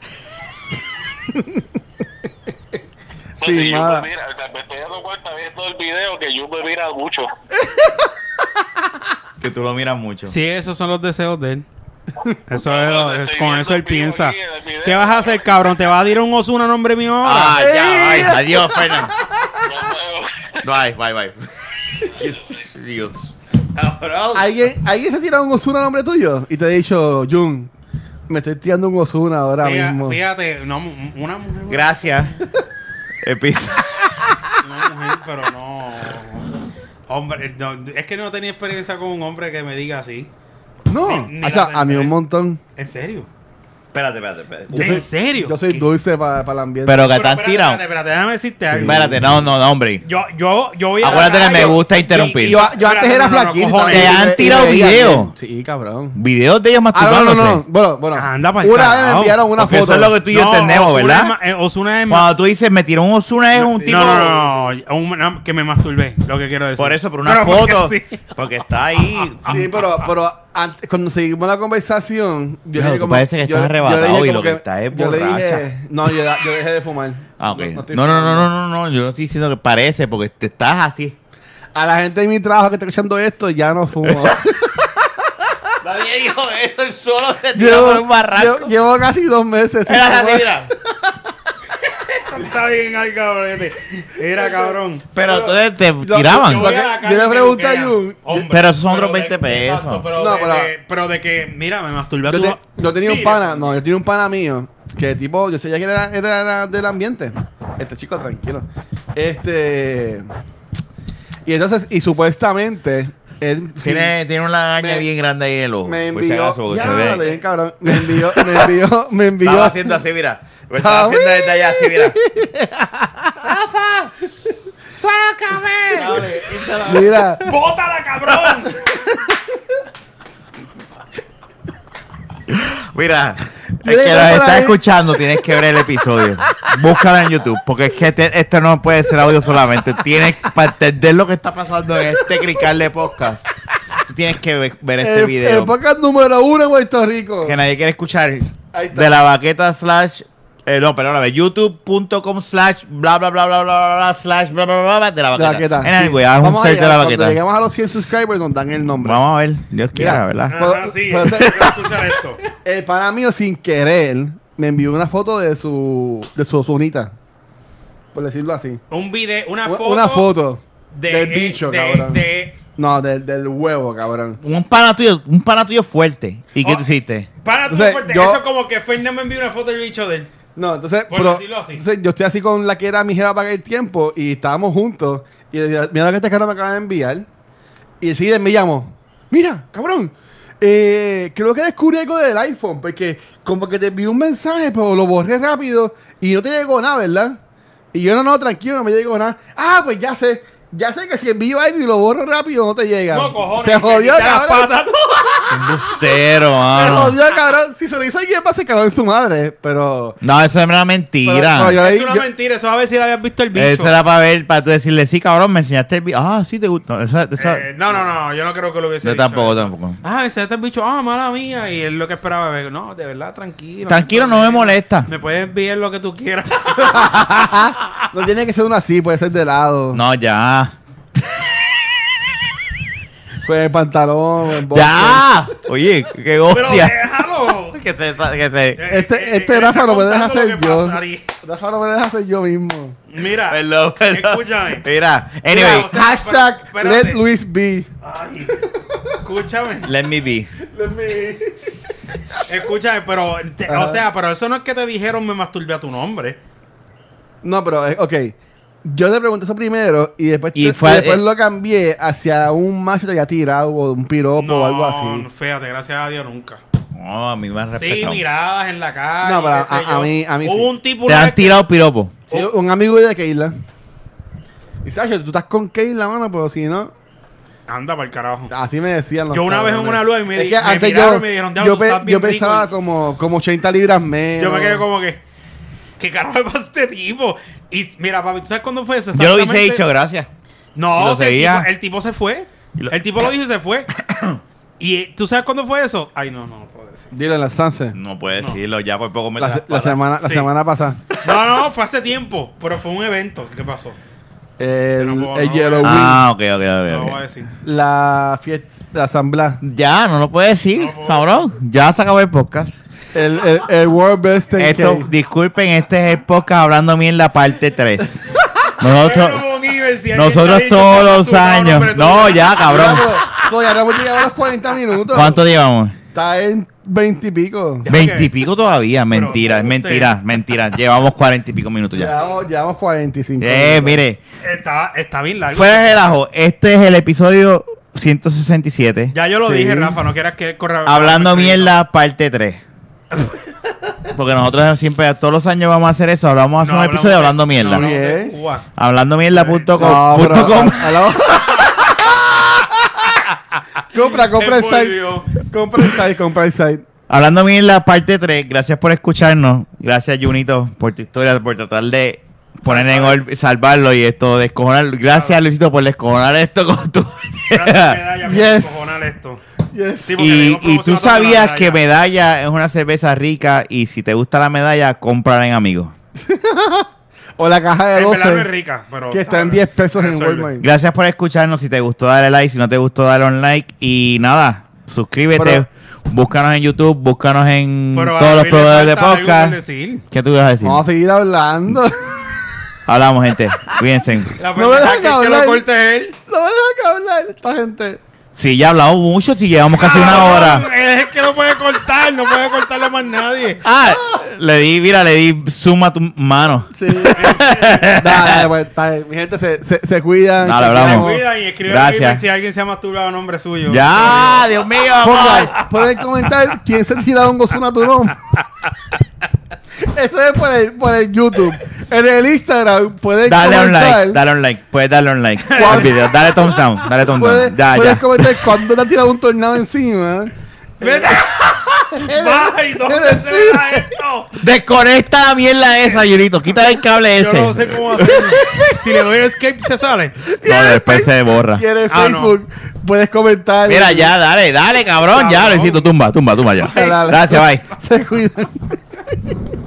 Eso
Sí,
sí, yo
nada.
me, mira, me estoy dando cuenta viendo el video que yo me mira mucho.
Que tú lo miras mucho.
Sí, esos son los deseos de él. Eso es,
Cabrón,
es-
estoy
con
viendo
eso él
el video
piensa.
aquí en el video.
¿Qué vas a hacer, cabrón? ¿Te vas a tirar un Ozuna a nombre mío ahora?
Ah, ya, ay, adiós, Fernando.
No,
Bye, bye, bye. Dios. Cabrón.
¿Alguien, ¿Alguien se ha tirado un Ozuna a nombre tuyo? Y te ha dicho, Jun, me estoy tirando un Ozuna ahora
Fíjate,
mismo.
fíjate, no, una mujer.
Gracias. Episodio.
Una mujer, pero no. Hombre, no, es que no tenía experiencia con un hombre que me diga así.
No,
Ni- ni
Acha,
la
a mí
tendré.
un montón.
¿En serio?
Espérate, espérate, espérate.
Yo
¿En
soy-
serio?
Yo soy
¿Qué?
dulce para el ambiente.
Pero que
Pero
te han
espérate,
tirado.
Espérate, espérate, déjame decirte algo.
Espérate, no, no, no, hombre.
Yo, yo, yo voy a.
Acuérdate que me
yo-
gusta interrumpir.
yo, yo antes
Espérate,
era
no, no, no,
flaquito.
cojones.
y
Te
me-
han
y
tirado
me veía
video.
bien. Sí, cabrón.
Videos de ellos
Ah, no, no,
masturbándose.
no, no. Bueno, bueno.
Anda pa'l
Una vez me
carajo.
enviaron una
Porque
foto.
eso es lo que tú y yo
No,
entendemos,
Ozuna
¿verdad?
es ma- eh, Ozuna es ma-
Cuando tú dices me tiró un Ozuna es un tipo.
No, no, no, no, un- no, que me masturbé, lo que quiero decir.
Por eso, por una
Pero porque
foto.
sí.
Porque está ahí.
Sí, pero, pero antes, cuando seguimos la conversación, yo
Claro,
le dije
tú
como-
parece que
yo-
estás
yo le
arrebatado
dije
y
como
lo que estás es
yo le dije-
borracha.
no, yo, yo dejé de fumar.
Ah, ok.
No, estoy
No, no, no,
fumando.
no, no, no. Yo no estoy diciendo que parece porque te estás así.
A la gente de mi trabajo que está escuchando esto, ya no fumo.
Nadie dijo eso, él solo se tiró
llevo,
por un barranco.
llevo- llevo casi dos meses sin
Mira,
fumar.
mira.
Está bien, ay, cabrón. Era cabrón.
Pero entonces te
yo-
tiraban.
yo-
voy
que-
a la
yo
calle
le
que
pregunté
lo
a
crean.
Jun,
Hombre,
pero esos son otros
de-
veinte pesos.
exacto, pero,
No,
de,
pero-
de- pero de que, mira, me masturbé a
Yo,
tu...
te- yo tenía un
Mira.
pana, no, yo tenía un pana mío que tipo, yo sabía que era, era, era del ambiente. Este chico, tranquilo. Este. Y entonces, y supuestamente, él. sí,
Tiene, tiene una lagaña
me-
bien grande ahí en el ojo.
me
por si
envió.
acaso, porque
Ya,
se ve.
dale, bien, cabrón. Me envió, me envió, me envió.
Estaba haciendo así, mira. Lo estaba
Ah,
haciendo desde allá así, mira.
Dale, échala.
Mira,
¡Bótala, cabrón!
Mira,
Yo
el que
digo
nos
por
está
ahí.
escuchando tienes que ver el episodio. Búscalo en YouTube, porque es que este- esto no puede ser audio solamente. Tienes, para entender lo que está pasando en este crical de podcast, tú tienes que ve- ver este
el,
video.
el podcast número uno en Puerto Rico.
Que nadie quiere escuchar.
Ahí está.
De la baqueta slash... Eh, no, perdóname. YouTube.com slash bla bla bla bla bla bla bla slash bla bla bla bla de la
De
baqueta.
la baqueta.
En anyway,
Sí.
haz un
Vamos
search
allá,
de la
cuando
baqueta.
lleguemos a los cien subscribers nos dan el nombre.
Vamos a ver. Dios quiera,
Mira.
¿verdad?
Puedo-
Ajá, sí,
puedo
yo
hacer-
quiero escuchar esto.
El pana mío sin querer me envió una foto de su de su ozunita. Por decirlo así.
Un video, una
Una
foto...
una foto
de-
del bicho,
de-
cabrón.
de-
No, del, del huevo, cabrón.
Un pana tuyo, un pana tuyo fuerte. ¿Y qué
Oh.
tú hiciste?
Para tu
Entonces,
fuerte.
yo-
Eso como que Fernández me envió una foto del bicho de él.
No, entonces,
Por
pero-
decirlo así.
entonces yo estoy así con la que era mi jefa para aquel tiempo y estábamos juntos y le decía, mira lo que este cabrón me acaba de enviar. Y enseguida me llamó, mira, cabrón, eh, creo que descubrí algo del iPhone porque como que te envié un mensaje pero lo borré rápido y no te llegó nada, ¿verdad? Y yo no, no, tranquilo, no me llegó nada. Ah, pues ya sé, ya sé que si envío algo y lo borro rápido no te llega.
No, cojones.
Se jodió,
me quité las
cabrón.
patas.
Un bustero,
Se
mano.
jodió, cabrón. Si se lo hizo a alguien, se cagó en su madre, pero...
No, eso es una
pero-
mentira.
pero yo le
Es
di-
una
yo-
mentira. Eso a ver si la habías visto el bicho.
Eso era para ver, para tú decirle, sí, cabrón, me enseñaste el video. Ah, sí, te gusta. No, esa, esa-
Eh, no, no, no. Yo no creo que lo hubiese
yo
dicho
tampoco,
eso.
tampoco.
Ah, ese este bicho. Ah, mala mía. Y él lo que esperaba ver. No, de verdad, tranquilo.
Tranquilo,
hay
no me
problema.
molesta.
Me puedes enviar lo que tú quieras.
No tiene que ser uno así, puede ser de lado.
No, ya.
Con el pantalón, el boxer.
¡Ya! Oye, qué
Pero
hostia.
déjalo.
que te, que te...
Este-
Eh,
este
eh, él
Rafa
está
lo puedes
contando
hacer
lo que
yo.
pasaría.
Rafa no me deja hacer yo mismo.
Mira.
Perdón, perdón.
Escúchame.
Mira, anyway,
Mira, o sea,
Hashtag
pero- espérate.
let Luis be.
Ay, escúchame.
let me be.
Let me.
Escúchame, pero. te-
Ajá.
o sea, pero eso no es que te dijeron me masturbé a tu nombre.
No, pero, eh, ok. Yo te pregunté eso primero y después,
Y
te-
fue-
y después
eh,
lo cambié hacia un macho que te había tirado o un piropo
No,
o algo así.
fíjate, gracias a Dios nunca.
No, a mí me han
Sí,
respetado.
miradas en la calle.
No, pero
qué sé
a- a
yo.
mí- a mí
Hubo
sí.
un tipo
Te
una
han
vez que-
tirado piropo.
Sí, un amigo de Keila. Y Sacho, tú estás con Keila, mano, pero si no.
Anda para el carajo.
Así me decían los
Yo una vez en
cabrones.
una luz y me
Es
di-
que
me
antes
miraron
yo,
y me dijeron, "Diablo,
yo,
tú
pe-
estás bien
yo pesaba
rico".
como, como ochenta libras menos.
Yo me quedé como que. ¿Qué carajo me pasa a este tipo? Y mira, papi, ¿tú sabes cuándo fue eso?
Yo lo hubiese
Exactamente-
dicho, gracias. Y
No,
lo
que el,
seguía.
tipo, el tipo se fue.
Y lo-
El tipo lo dijo y se fue. ¿Y eh, tú sabes cuándo fue eso? Ay, no, no, no puedo decir.
Dile en la estancia.
No puedes decirlo, ya por poco me
La,
das
la
patas.
semana, la
Sí.
semana pasada.
No, no, fue hace tiempo. Pero fue un evento. ¿Qué pasó?
El,
No puedo-
el
no
Yellow
voy a-
Wing.
Ah, ok, ok,
No lo
ok.
voy a
ok.
decir.
La fiesta, la asamblea.
Ya, no lo puedes decir,
No puedo
cabrón. Ya se acabó el podcast.
El, el, el World Best ten K.
Esto, disculpen, este es el podcast hablando mierda parte tres. Nosotros,
Pero, Boniver, si alguien
nosotros
te ha dicho
todos
que
los
tu
años.
nombre, tú-
No, ya, cabrón.
Pero, todavía no hemos llegado a los cuarenta minutos.
¿Cuánto llevamos?
Está en veinte y pico.
Ya,
Veinte y
ok.
pico todavía. Mentira,
Pero,
mentira, mentira. Llevamos cuarenta y pico minutos ya.
Llevamos, llevamos cuarenta y cinco
Eh,
minutos.
mire,
Está, está bien largo.
fue de relajo. Este es el episodio ciento sesenta y siete.
Ya yo lo
Sí.
dije, Rafa, no quieras que corra.
Hablando
corra-
mierda, parte tres. Porque nosotros siempre, todos los años vamos a hacer eso. Vamos a hacer
No,
un
hablamos
episodio
de-
hablando mierda.
no, hablamos de
Bien.
Cuba.
Hablando mierda punto com.
No, pero,
punto com.
a- a la- compra, compra el site.
Envolvió.
Compra el site, compra el site.
Hablando mierda, parte tres. Gracias por escucharnos. Gracias, Junito, por tu historia, por tratar de poner en orden, salvarlo y esto, descojonar. Gracias, Luisito, por descojonar esto con tu.
Gracias, medalla, por
Yes.
cojonar esto.
Yes.
Sí, porque
Y,
dimos
y tú
promoción a toda la
sabías
medalla.
que Medalla es una cerveza rica y si te gusta la medalla, cómprala en Amigos.
O la caja de
En verdad no es
doce.
rica, pero...
Que está en diez pesos en
Resuelve.
Walmart.
Gracias por escucharnos. Si te gustó, dale like. Si no te gustó, dale un like. Y nada, suscríbete.
Pero-
búscanos en YouTube, búscanos en
Pero a
todos los
David le
proveedores de
falta algo por
podcast.
decir.
¿Qué tú ibas a decir?
Vamos a seguir hablando.
Hablamos, gente. Cuídense.
La
No me
verdad
dejan
que, es que
hablar.
lo corte él.
No me dejan que hablar esta gente.
Sí, ya hablamos mucho. Si llevamos casi una
Cabrón,
hora.
Él es el que no puede cortar, no puede cortarle a más nadie.
Ah, le di, mira, le di zoom a tu mano.
Sí. dale, dale, pues, está bien. Mi gente se, se, se cuidan.
Dale,
se
hablamos.
Se
cuidan.
cuidan y escriben
Gracias.
en si alguien se ha masturbado a nombre suyo.
Ya, Dios mío.
Pongan, pueden comentar quién se tira un gozón a tu nombre. Eso es por el, por el YouTube. En el Instagram pueden
Dale un
comentar.
like, dale un like. Puedes darle un like
¿Cuál?
al video. Dale thumbs down, dale thumbs
Puedes,
down. Ya,
puedes
ya.
comentar cuando te ha tirado un tornado encima.
¡Ay, ¿dónde
en el
se
Twitter.
da esto?
Desconecta la mierda esa, Yurito. Quita el cable
Yo
ese.
no sé cómo hacerlo. Si le doy el escape, se sale.
No, después se borra.
Y en el
Ah,
Facebook puedes comentar.
Mira, ya, dale, dale, cabrón. Ya,
Cabrón.
Luisito, tumba, tumba, tumba ya.
Dale, dale.
Gracias, bye.
Se cuidan.